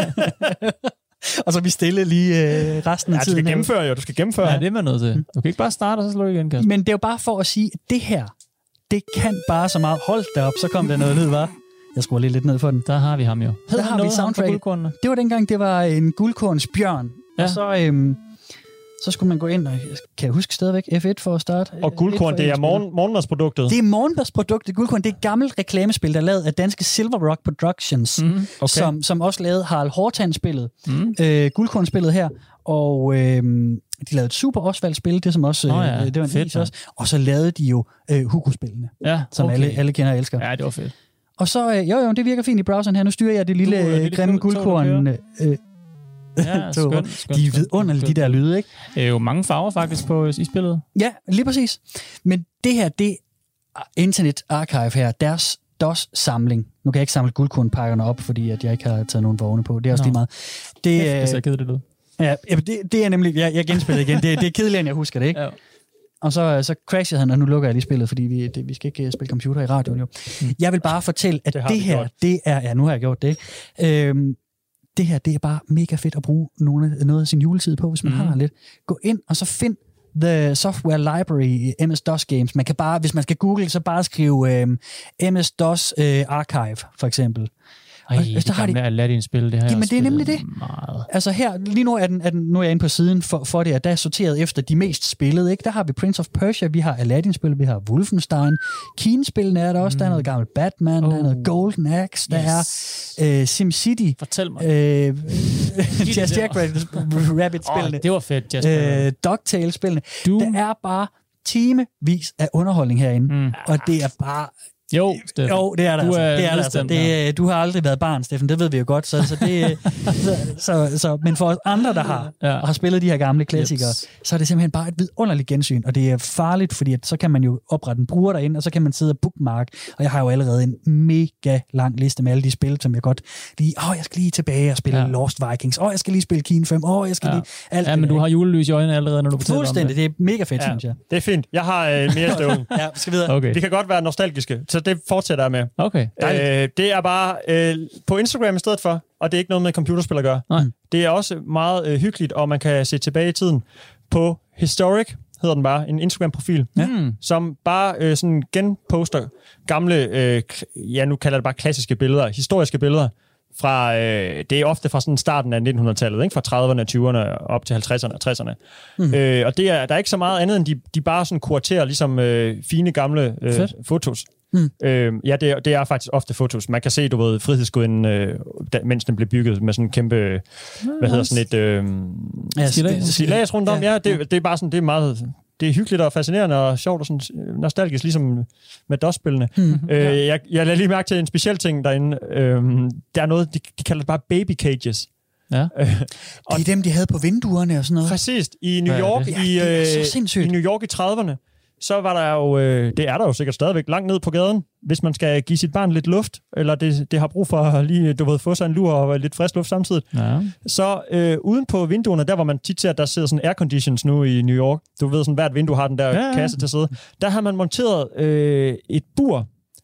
Og så er vi stille lige øh, resten af Ja, du tiden. skal her. gennemføre jo. Du skal gennemføre. Ja, det er man nødt til. Du kan ikke bare starte, og så slå igen, Kasper. Men det er jo bare for at sige, at det her, det kan bare så meget. Hold da op, så kom der noget lyd, var. Jeg skruer lige lidt ned for den. Der har vi ham jo. Der har vi soundtracket. Guldkornene. Det var dengang, det var en guldkornsbjørn. Ja. Ja. Og så, øhm, så skulle man gå ind, og kan jeg huske stadigvæk F et for at starte? Og guldkorn, det er morgen, morgenmadsproduktet. Det er morgenmadsproduktet Guldkorn. Det er et gammelt reklamespil, der er lavet af danske Silver Rock Productions, mm, Mhm. Okay. som, som også lavede Harald Hårtand-spillet, Mm. øh, Guldkorn-spillet her, og øh, de lavede et Super Osvald-spil, det som også, Nå ja, øh, det var en fedt, is også, og så lavede de jo øh, Hugo-spillene, Ja, som okay. alle, alle kender og elsker. Ja, det var fedt. Og så, øh, jo jo, det virker fint i browseren her, nu styrer jeg det lille, Du, øh, øh, lille grimme tog, tog, du Guldkorn. Øh, øh, Ja, tog. skønt, skønt, De er skønt, vidunderlige, de skønt. der lyde, ikke? Det er jo mange farver faktisk på i spillet. Ja, lige præcis. Men det her, det Internet Archive her, deres DOS-samling. Nu kan jeg ikke samle guldkornpakkerne op, fordi at jeg ikke har taget nogen vogne på. Det er også Nå. lige meget. Det, Det øh, er så kedeligt det ud. ja, det, det er nemlig... Jeg, jeg genspiller igen. Det, det er kedeligere, end jeg husker det, ikke? Ja. Og så, så crashede han, og nu lukker jeg lige spillet, fordi vi, det, vi skal ikke spille computer i radioen jo. Mm. Jeg vil bare fortælle, at Det det, har det vi her, gjort. det er... Ja, nu har jeg gjort det. Øhm, det her, det er bare mega fedt at bruge nogle, noget af sin juletid på, hvis man Mm. har lidt. Gå ind, og så find The Software Library M S DOS Games. Man kan bare, hvis man skal google, så bare skrive øhm, M S DOS øh, Archive, for eksempel. Ej, Og- det og så har de- gamle Aladdin-spil, det har jeg Jamen, også det er nemlig spillet det. meget. Altså her, lige nu er, den, er den, nu er jeg inde på siden for, for det, at der er sorteret efter de mest spillede. Ikke? Der har vi Prince of Persia, vi har Aladdin-spil, vi har Wolfenstein. Keen-spillene er der også. Mm. Der er noget gammelt Batman, oh. der er noget Golden Axe, der Yes. er øh, SimCity. Fortæl mig. Øh, Jazz Jackrabbit-spillene. Åh, det var fedt, Jasper. Øh, DuckTales-spillene. Du- Der er bare timevis af underholdning herinde. Mm. Og det er bare Jo, Steffen. Jo, det er der Du altså. er Det er der altså. nedstemt, Det, du har aldrig været barn, Steffen, det ved vi jo godt. Så, så det, så, så, så, men for os andre, der har, Ja. og har spillet de her gamle klassikere, Jeps. så er det simpelthen bare et vidunderligt gensyn, og det er farligt, fordi at så kan man jo oprette en bruger derinde, og så kan man sidde og bookmark, og jeg har jo allerede en mega lang liste med alle de spil, som jeg godt lige, åh, jeg skal lige tilbage og spille Ja. ja. Lost Vikings, åh, jeg skal lige spille Keen fem, åh, jeg skal Ja. lige... Alt Ja, det men der, du har julelys i øjnene allerede, når du fortæller om fuldstændig, det. det er mega fedt, Ja. synes jeg. Det er fint. Jeg har øh, mere støvlen. Ja, vi skal videre. Okay. Det kan godt være nostalgiske, så det fortsætter jeg med. Okay. Øh, det er bare øh, på Instagram i stedet for, og det er ikke noget med computerspil at gøre. Nej. Det er også meget øh, hyggeligt, og man kan se tilbage i tiden på Historic, hedder den bare, en Instagram-profil, Ja. Mm. som bare øh, sådan genposter gamle, øh, k- ja nu kalder jeg det bare klassiske billeder, historiske billeder, fra, øh, det er ofte fra sådan starten af nitten hundrede-tallet, ikke? Fra trediverne, tyverne op til halvtredserne og tresserne. Mm. Øh, og det er, der er ikke så meget andet, end de, de bare sådan kuraterer ligesom øh, fine gamle øh, Fedt. fotos. Mm. Øh, ja, det er, det er faktisk ofte fotos. Man kan se, du ved, frihedsguden, øh, da, mens den blev bygget med sådan en kæmpe, øh, hvad hedder sådan et... Øh, Ja, Stillads. stillads rundt om. Ja, det, det er bare sådan, det er meget... Det er hyggeligt og fascinerende og sjovt og sådan nostalgisk, ligesom med DOS-spillene. Mm. Øh, jeg, jeg lader lige mærke til en speciel ting derinde. Øh, der er noget, de, de kalder det bare baby cages. Ja. Det er dem, de havde på vinduerne og sådan noget. Præcis. I New Hvad er York, det? i, Ja, det er så øh, sindssygt. i New York i trediverne, så var der jo, øh, det er der jo sikkert stadigvæk, langt ned på gaden, hvis man skal give sit barn lidt luft, eller det, det har brug for lige, du ved, få sig en lur og lidt frisk luft samtidig. Ja. Så øh, uden på vinduerne, der hvor man tit ser, at der sidder sådan airconditions nu i New York, du ved sådan, hvert vindue har den der Ja, ja, ja. kasse til at sidde, der har man monteret øh, et bur,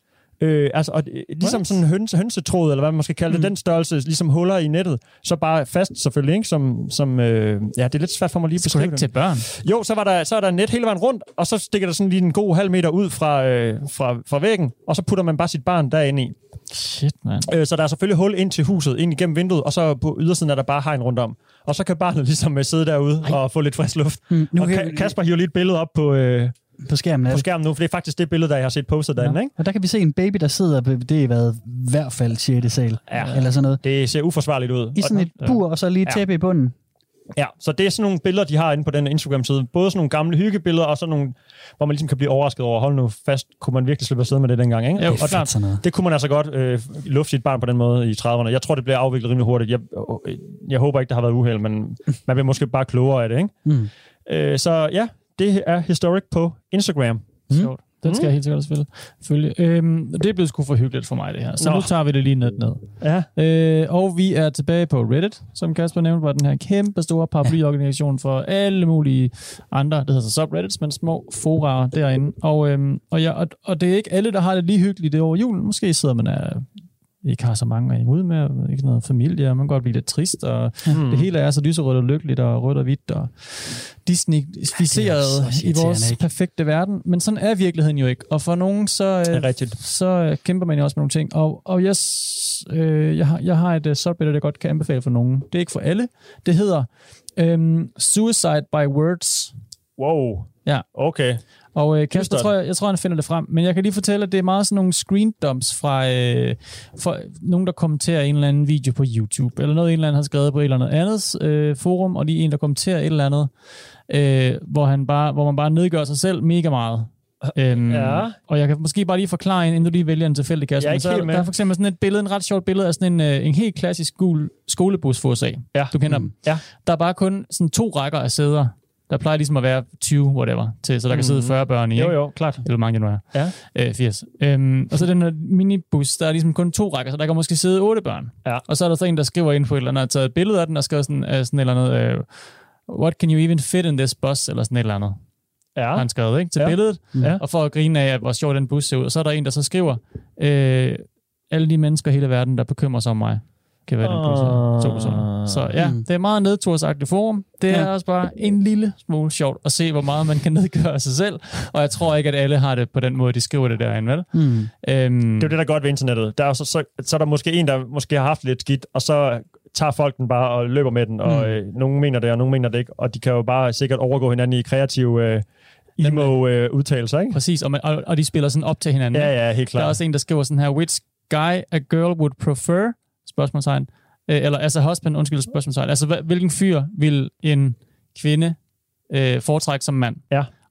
Øh, altså, og, øh, ligesom What? sådan en hønse, hønsetråd, eller hvad man skal kalde det, mm. den størrelse, ligesom huller i nettet, så bare fast selvfølgelig, ikke? Som, som øh, ja, det er lidt svært for mig lige at Det skulle beskrive ikke det. til børn. Jo, så, var der, så er der net hele vejen rundt, og så stikker der sådan lige en god halv meter ud fra, øh, fra, fra væggen, og så putter man bare sit barn derinde i. Shit, man. Øh, så der er selvfølgelig hul ind til huset, ind igennem vinduet, og så på ydersiden er der bare hegn rundt om. Og så kan barnet ligesom øh, sidde derude Ej. og få lidt frisk luft. Mm, nu og kan- Ka- Kasper hiver lige et billede op på, øh, På skærmen. på skærmen nu, for det er faktisk det billede, der jeg har set postet derinde, ikke? Og der kan vi se en baby, der sidder, det er været i hvert fald sjette sal, Ja. eller sådan noget. Det ser uforsvarligt ud. I sådan et bur, og så lige et Ja. tæppe i bunden. Ja, så det er sådan nogle billeder, de har inde på den Instagram-side. Både sådan nogle gamle hyggebilleder, og sådan nogle, hvor man ligesom kan blive overrasket over, hold nu fast, kunne man virkelig slippe afsted med det dengang, ikke? Jo, og klart. Sådan noget. det kunne man altså godt øh, lufte sit barn på den måde i trediverne. Jeg tror, det bliver afviklet rimelig hurtigt. Jeg, øh, jeg håber ikke, der har været uheld, men man bliver måske bare klogere af det, ikke? Mm. Øh, så ja, det er Historic på Instagram. Sjovt. Den skal jeg helt sikkert selvfølgelig følge. Øhm, det er blevet sgu for hyggeligt for mig, det her. Så Nå. nu tager vi det lige ned. ned. Ja. Øh, og vi er tilbage på Reddit, som Kasper nævnte, var den her kæmpe store paraplyorganisation for alle mulige andre, det hedder så subreddits, men små forarer derinde. Og, øhm, og, ja, og, og det er ikke alle, der har det lige hyggeligt det over julen. Måske sidder man af ikke har så mange at hænge ud med, ikke noget familie, og man kan godt blive lidt trist, og Mm. det hele er så lyserødt og lykkeligt, og rødt og hvidt, og Disney-ficeret Ja, det er så i vores irriterende, ikke? perfekte verden. Men sådan er virkeligheden jo ikke. Og for nogen, så, Det er øh, rigtigt. så øh, kæmper man jo også med nogle ting. Og, og jeg, s- øh, jeg, har, jeg har et uh, subreddit, jeg godt kan anbefale for nogen. Det er ikke for alle. Det hedder øhm, Suicide by Words. Wow. Ja. Okay. Og øh, Kasper, Dystert. tror jeg, jeg tror, han finder det frem. Men jeg kan lige fortælle, at det er meget sådan nogle screen dumps fra, øh, fra nogen, der kommenterer en eller anden video på YouTube, eller noget, en eller anden har skrevet på et eller andet andet øh, forum, og lige en, der kommenterer et eller andet, øh, hvor, han bare, hvor man bare nedgør sig selv mega meget. Øhm, Ja. Og jeg kan måske bare lige forklare, inden du lige vælger en tilfældig, Kasper. Jeg er Men ikke så er helt der, med. der er for eksempel sådan et billede, en ret sjovt billede af sådan en, øh, en helt klassisk gul skolebus for U S A. Ja. Du kender mm. dem. Ja. Der er bare kun sådan to rækker af sæder. Der plejer ligesom at være tyve, whatever, til, så der kan sidde fyrre børn i. Jo, ikke? jo, klart. Eller hvor mange det nu er. Ja. Øh, firs. Øhm, og så den her minibus, der er ligesom kun to rækker, så der kan måske sidde otte børn. Ja. Og så er der så en, der skriver ind på et eller andet, og taget et billede af den, og skriver sådan, uh, sådan et eller andet, øh, what can you even fit in this bus, eller sådan et eller andet. Ja. Har han skrevet, ikke? Til Ja. billedet. Ja. Og for at grine af, hvor sjov den bus ser ud. Og så er der en, der så skriver, øh, alle de mennesker i hele verden, der bekymrer sig om mig, kan være den bus her. To personer. Så ja, Mm. det er meget nedtursagtigt forum. Det er Ja. også bare en lille smule sjovt at se, hvor meget man kan nedgøre sig selv. Og jeg tror ikke, at alle har det på den måde, de skriver det derinde, vel? Mm. Øhm, Det er jo det, der er godt ved internettet. Der er så, så, så er der måske en, der måske har haft lidt skidt, og så tager folk den bare og løber med den, og Mm. øh, nogen mener det, og nogen mener det ikke, og de kan jo bare sikkert overgå hinanden i kreative øh, emo-udtalelser, ikke? Præcis, og, man, og, og de spiller sådan op til hinanden. Ja, ja, helt Der er klart. også en, der skriver sådan her, which guy a girl would prefer, spørgsmålstegn, øh, eller altså husband, undskyld, spørgsmålstegn, altså hva- hvilken fyr vil en kvinde øh, foretrække som mand? Ja.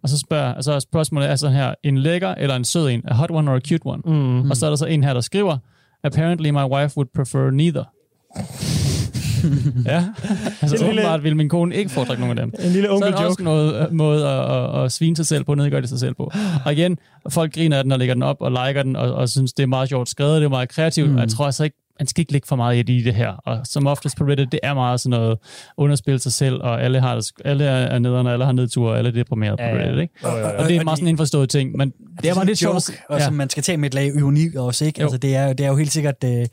Og så spørger, altså spørgsmålet er sådan her, en lækker eller en sød en, a hot one or a cute one? Mm-hmm. Og så er der så en her, der skriver, apparently my wife would prefer neither. Ja, altså lille, åbenbart vil min kone ikke foretrække nogen af dem. En lille onkel joke. Så er der også noget måde at, at, at svine sig selv på, nedgøre det sig selv på. Og igen, folk griner af den og lægger den op og liker den, og, og synes, det er meget sjovt skrevet, det er meget kreativt, mm. og jeg tror altså ikke, man skal ikke lægge for meget i det her. Og som oftest på Reddit, det er meget sådan noget underspille sig selv, og alle, har det, alle er nederne, alle har nedtur, og alle er deprimeret på Reddit, ikke? Og, og, og det er meget sådan en indforstået ting, men det er bare lidt sjovt. Og som man skal tage med et lag ironi også, ikke? Altså, det er, det er jo helt sikkert... Øh,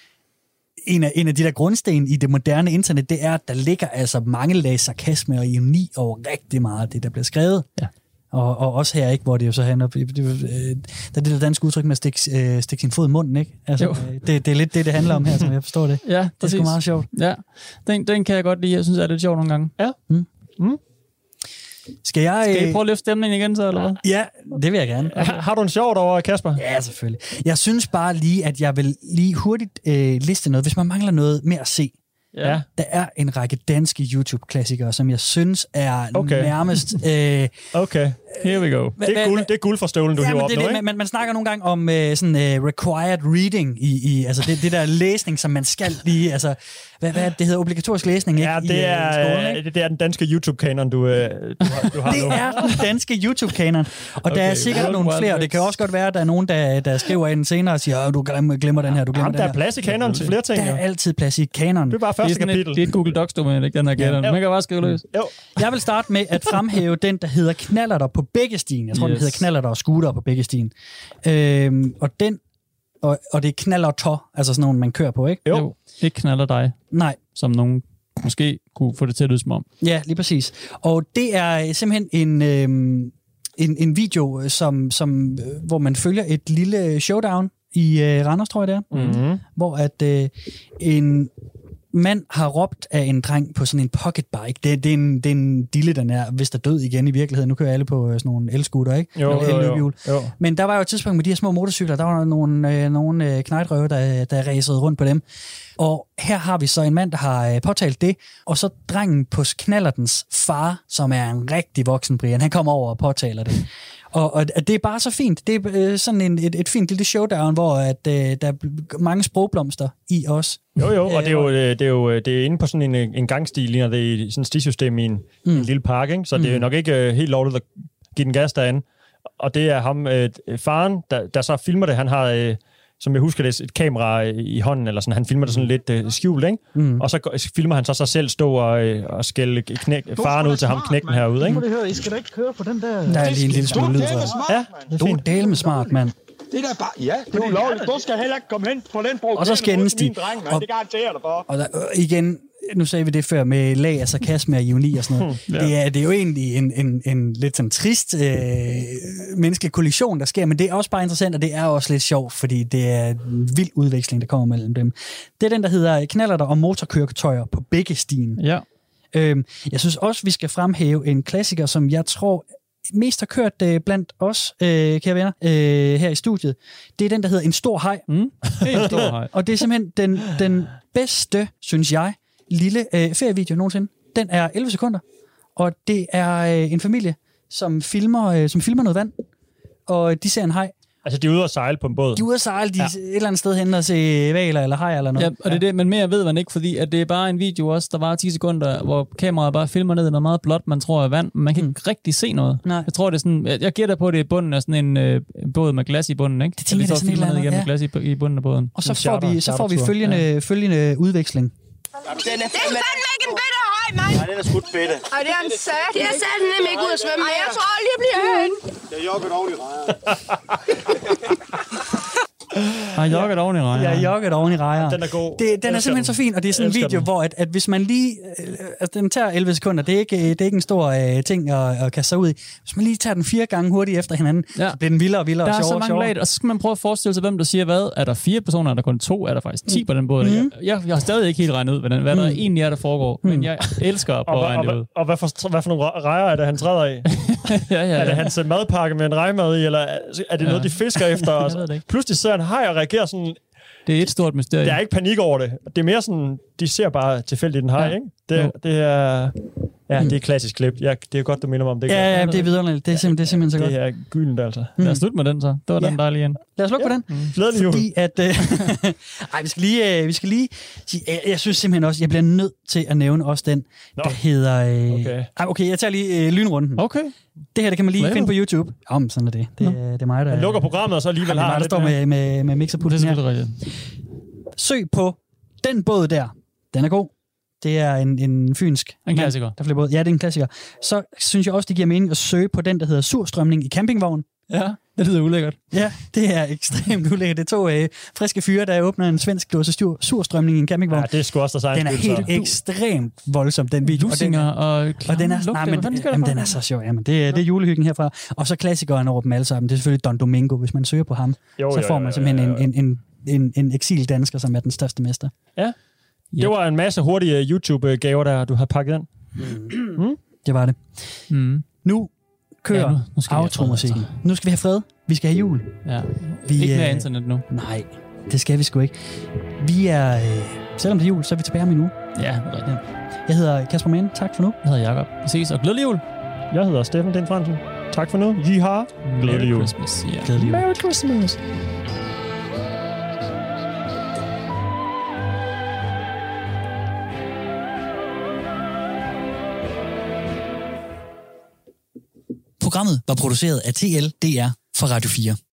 En af, en af de der grundsten i det moderne internet, det er, at der ligger altså mange lag sarkasme og ironi over rigtig meget af det, der bliver skrevet. Ja. Og, og også her, ikke, hvor det jo så handler... Det, det, der er det der danske udtryk med at stikke, øh, stikke sin fod i munden, ikke? Altså, det, det er lidt det, det handler om her, som jeg forstår det. Ja, det er sgu meget sjovt. Ja, den, den kan jeg godt lide. Jeg synes, det er lidt sjovt nogle gange. Ja. Mm. Mm. Skal jeg... Skal I prøve at løfte stemningen igen så, eller hvad? Ja, det vil jeg gerne. Har, har du en sjovt over, Kasper? Ja, selvfølgelig. Jeg synes bare lige, at jeg vil lige hurtigt øh, liste noget, hvis man mangler noget mere at se. Ja. Der er en række danske YouTube-klassikere, som jeg synes er okay. nærmest... Øh, okay, here we go. Det er guld, det er guld for støvlen, du ja, hiver op det, nu, det, ikke? Man, man snakker nogle gange om uh, sådan uh, required reading, i, i altså det, det der læsning, som man skal lige... Altså, hvad, hvad det hedder? Obligatorisk læsning, ikke? Ja, det er, I, uh, skolen, ikke? Det er den danske YouTube-kanon, du, uh, du har, du har det nu. Det er den danske YouTube-kanon. Og okay. der er sikkert well, nogle well, flere, og det kan også godt være, at der er nogen, der, der skriver ind senere og siger, du glemmer, glemmer den her, du glemmer Jamen, den der her. er plads i kanon til flere ting. Der er altid plads i kanon. Det er bare første kapitel. Det er et Google Docs-dokument, ikke? Den her kanon. Man kan bare skrive løs. Jo. Jeg vil starte med at fremhæve den, der hedder Knallerter på begge stien. Jeg tror, yes. den hedder Knallerter og Scooter på begge stien. Øhm, og den, og, og det er knallerter, altså sådan nogle, man kører på, ikke? Jo. jo. Ikke knaller dig. Nej. Som nogen måske kunne få det til at lyde som om. Ja, lige præcis. Og det er simpelthen en, øhm, en, en video, som, som, hvor man følger et lille showdown i øh, Randers, tror jeg det er. Mm-hmm. Hvor at øh, en mand har råbt af en dreng på sådan en pocketbike. Det, det, er en, det er en dille, den er vist er død igen i virkeligheden. Nu kører alle på sådan nogle elscooter, ikke? Jo, jo, jo, jo. Men der var jo et tidspunkt med de her små motorcykler, der var nogle, øh, nogle øh, knejtrøve, der, der ræsede rundt på dem. Og her har vi så en mand, der har øh, påtalt det, og så drengen på knallertens far, som er en rigtig voksen Brian, han kommer over og påtaler det. Og, og det er bare så fint. Det er øh, sådan en, et, et fint lille showdown, hvor at, øh, der er mange sprogblomster i os. Jo, jo, og det er jo, det er jo det er inde på sådan en, en gangstil, ligner det i sådan et stisystem i en, mm. en lille park, ikke? Så mm. det er nok ikke helt lovligt at give den gas derinde. Og det er ham, øh, faren, der, der så filmer det. Han har, øh, som jeg husker det, et kamera i hånden, eller sådan. Han filmer det sådan lidt øh, skjult, ikke? Mm. Og så filmer han så sig selv stå og, øh, og skælde knæk, faren ud til ham, knækken herude, ikke? I skal da ikke køre på den der... Der er lige en lille smule lyd for. Ja, du er del med smart, mand. Det er bare... Ja, det er ulovligt. Du skal heller ikke komme hen på den brug. Og så skændes de. Og, det garanterer dig for. Og der, igen, nu sagde vi det før med lag af sarkasme og ironi og sådan noget. Hmm, ja. det, er, det er jo egentlig en, en, en lidt sådan trist øh, menneskelig kollision, der sker, men det er også bare interessant, og det er også lidt sjovt, fordi det er en vild udveksling, der kommer mellem dem. Det er den, der hedder knallerter og motorkøretøjer på begge stien. Ja. Øhm, jeg synes også, vi skal fremhæve en klassiker, som jeg tror mest har kørt øh, blandt os, øh, kære venner, øh, her i studiet. Det er den, der hedder En Stor Haj. Mm. En stor haj. Og det er simpelthen den, den bedste, synes jeg, lille øh, ferievideo nogensinde. Den er elleve sekunder, og det er øh, en familie, som filmer, øh, som filmer noget vand, og de ser en haj. Altså, de er ude at sejle på en båd. De er ude at sejle, de ja. et eller andet sted hen og se valer eller hajer eller noget. Ja, og det er det, men mere ved man ikke, fordi at det er bare en video også, der var ti sekunder, hvor kameraet bare filmer ned i noget meget blåt, man tror er vand, men man kan mm. ikke rigtig se noget. Nej. Jeg tror, det er sådan, jeg, jeg gætter på, at det er bunden af sådan en øh, båd med glas i bunden, ikke? Det tænker jeg, det er sådan ned igennem ja. glas i, i bunden af båden. Og så får vi, så får vi følgende, ja. følgende udveksling. Den er fandme ikke en bitte hej, mand! Nej, den er skudt bitte. Ej, det er en sat. Det er sat nemlig ikke ud at svømme. Ej, jeg tror lige, jeg bliver herinde. Det er jogget over i rejer. Har jogget oven i rejer. Ja, jogget oven i rejer. Den er god. Det, den er simpelthen så fin, og det er sådan en video, den. hvor at, at hvis man lige... Øh, altså, den tager elleve sekunder, det er ikke, det er ikke en stor øh, ting at, at kaste sig ud i. Hvis man lige tager den fire gange hurtigt efter hinanden, ja. så bliver den vildere og vildere og sjovere. Der er så mange lag, og så skal man prøve at forestille sig, hvem der siger hvad. Er der fire personer, er der kun to? Er der faktisk ti mm. på den båd? Mm. Jeg, jeg, jeg har stadig ikke helt regnet ud, hvad, den, hvad mm. der egentlig er, der foregår. Mm. Men jeg elsker at prøve at regne det ud. Og hvad for, hvad for nogle rejer er det, han træder i? ja, ja, ja. Er det hans madpakke med en rejmad i, eller er det noget, de fisker efter? Pludselig ser han hej og reagerer sådan... Det er et stort mysterium. Der er ikke panik over det. Det er mere sådan, de ser bare tilfældigt den hej, ja. ikke? Det, det er... Ja, det er et klassisk klip. Ja, det er godt, du minder mig om det. Ja, ja, det er vidunderligt. Det er simpelthen, det er simpelthen så godt. Det er gyldent, altså. Mm. Lad os slutte med den så. Det var Ja. den dejlige en. Lad os lukke Ja. på den. Mm. Glædelig jul. Fordi at... Øh, ej, vi skal lige... Øh, vi skal lige sige, jeg, jeg synes simpelthen også, jeg bliver nødt til at nævne også den, Nå. der hedder... Øh, Okay. ej, okay, jeg tager lige øh, lynrunden. Okay. Det her, det kan man lige Flavor. finde på YouTube. Om, sådan er det. Det, øh, det er mig, der... Han lukker programmet, og så alligevel Jamen, har det er han mig, der lidt står med, med, med Det er mixerputten her. selvfølgelig rigtigt. Søg på den båd der. Den er god. Det er en, en fynsk. En klassiker. Der flere båd. Ja, det er en klassiker. Så synes jeg også, det giver mening at søge på den, der hedder surstrømning i campingvogn. Ja, det lyder ulækkert. Ja, det er ekstremt ulækkert. Det er to øh, friske fyre, der åbner en svensk dåse sur, surstrømning i en campingvogn. Ja, det er sgu også der Den er helt ekstremt voldsom, den video. Og den, Lusinger og og den er, lugter. nej, Hvad men, fanden sker der jamen, for? den er så sjov. Jamen, det, er- det er julehyggen herfra. Og så klassikeren over dem alle sammen. Det er selvfølgelig Don Domingo. Hvis man søger på ham, Jo, så jo, får jo, man jo, simpelthen jo, jo. en, en, en, en, en eksildansker, som er den største mester. Ja. Det var en masse hurtige YouTube-gaver, der du har pakket ind. Det var det. Mm. Nu kører Ja, nu- nu skal vi have outro-musikken. fred, Nu skal vi have fred. Vi skal have jul. Ja. Vi, Ikke mere øh, internet nu. Nej, det skal vi sgu ikke. Vi er, øh, selvom det er jul, så er vi tilbage om en uge. Ja, det er rigtigt. Jeg hedder Kasper Mann. Tak for nu. Jeg hedder Jacob. Vi ses, og glædelig jul. Jeg hedder Steffen Den Fransen. Tak for nu. Jiha. Glædelig jul. Merry Christmas. Ja. Glædelig jul. Merry Christmas. Programmet var produceret af T L D R for Radio fire.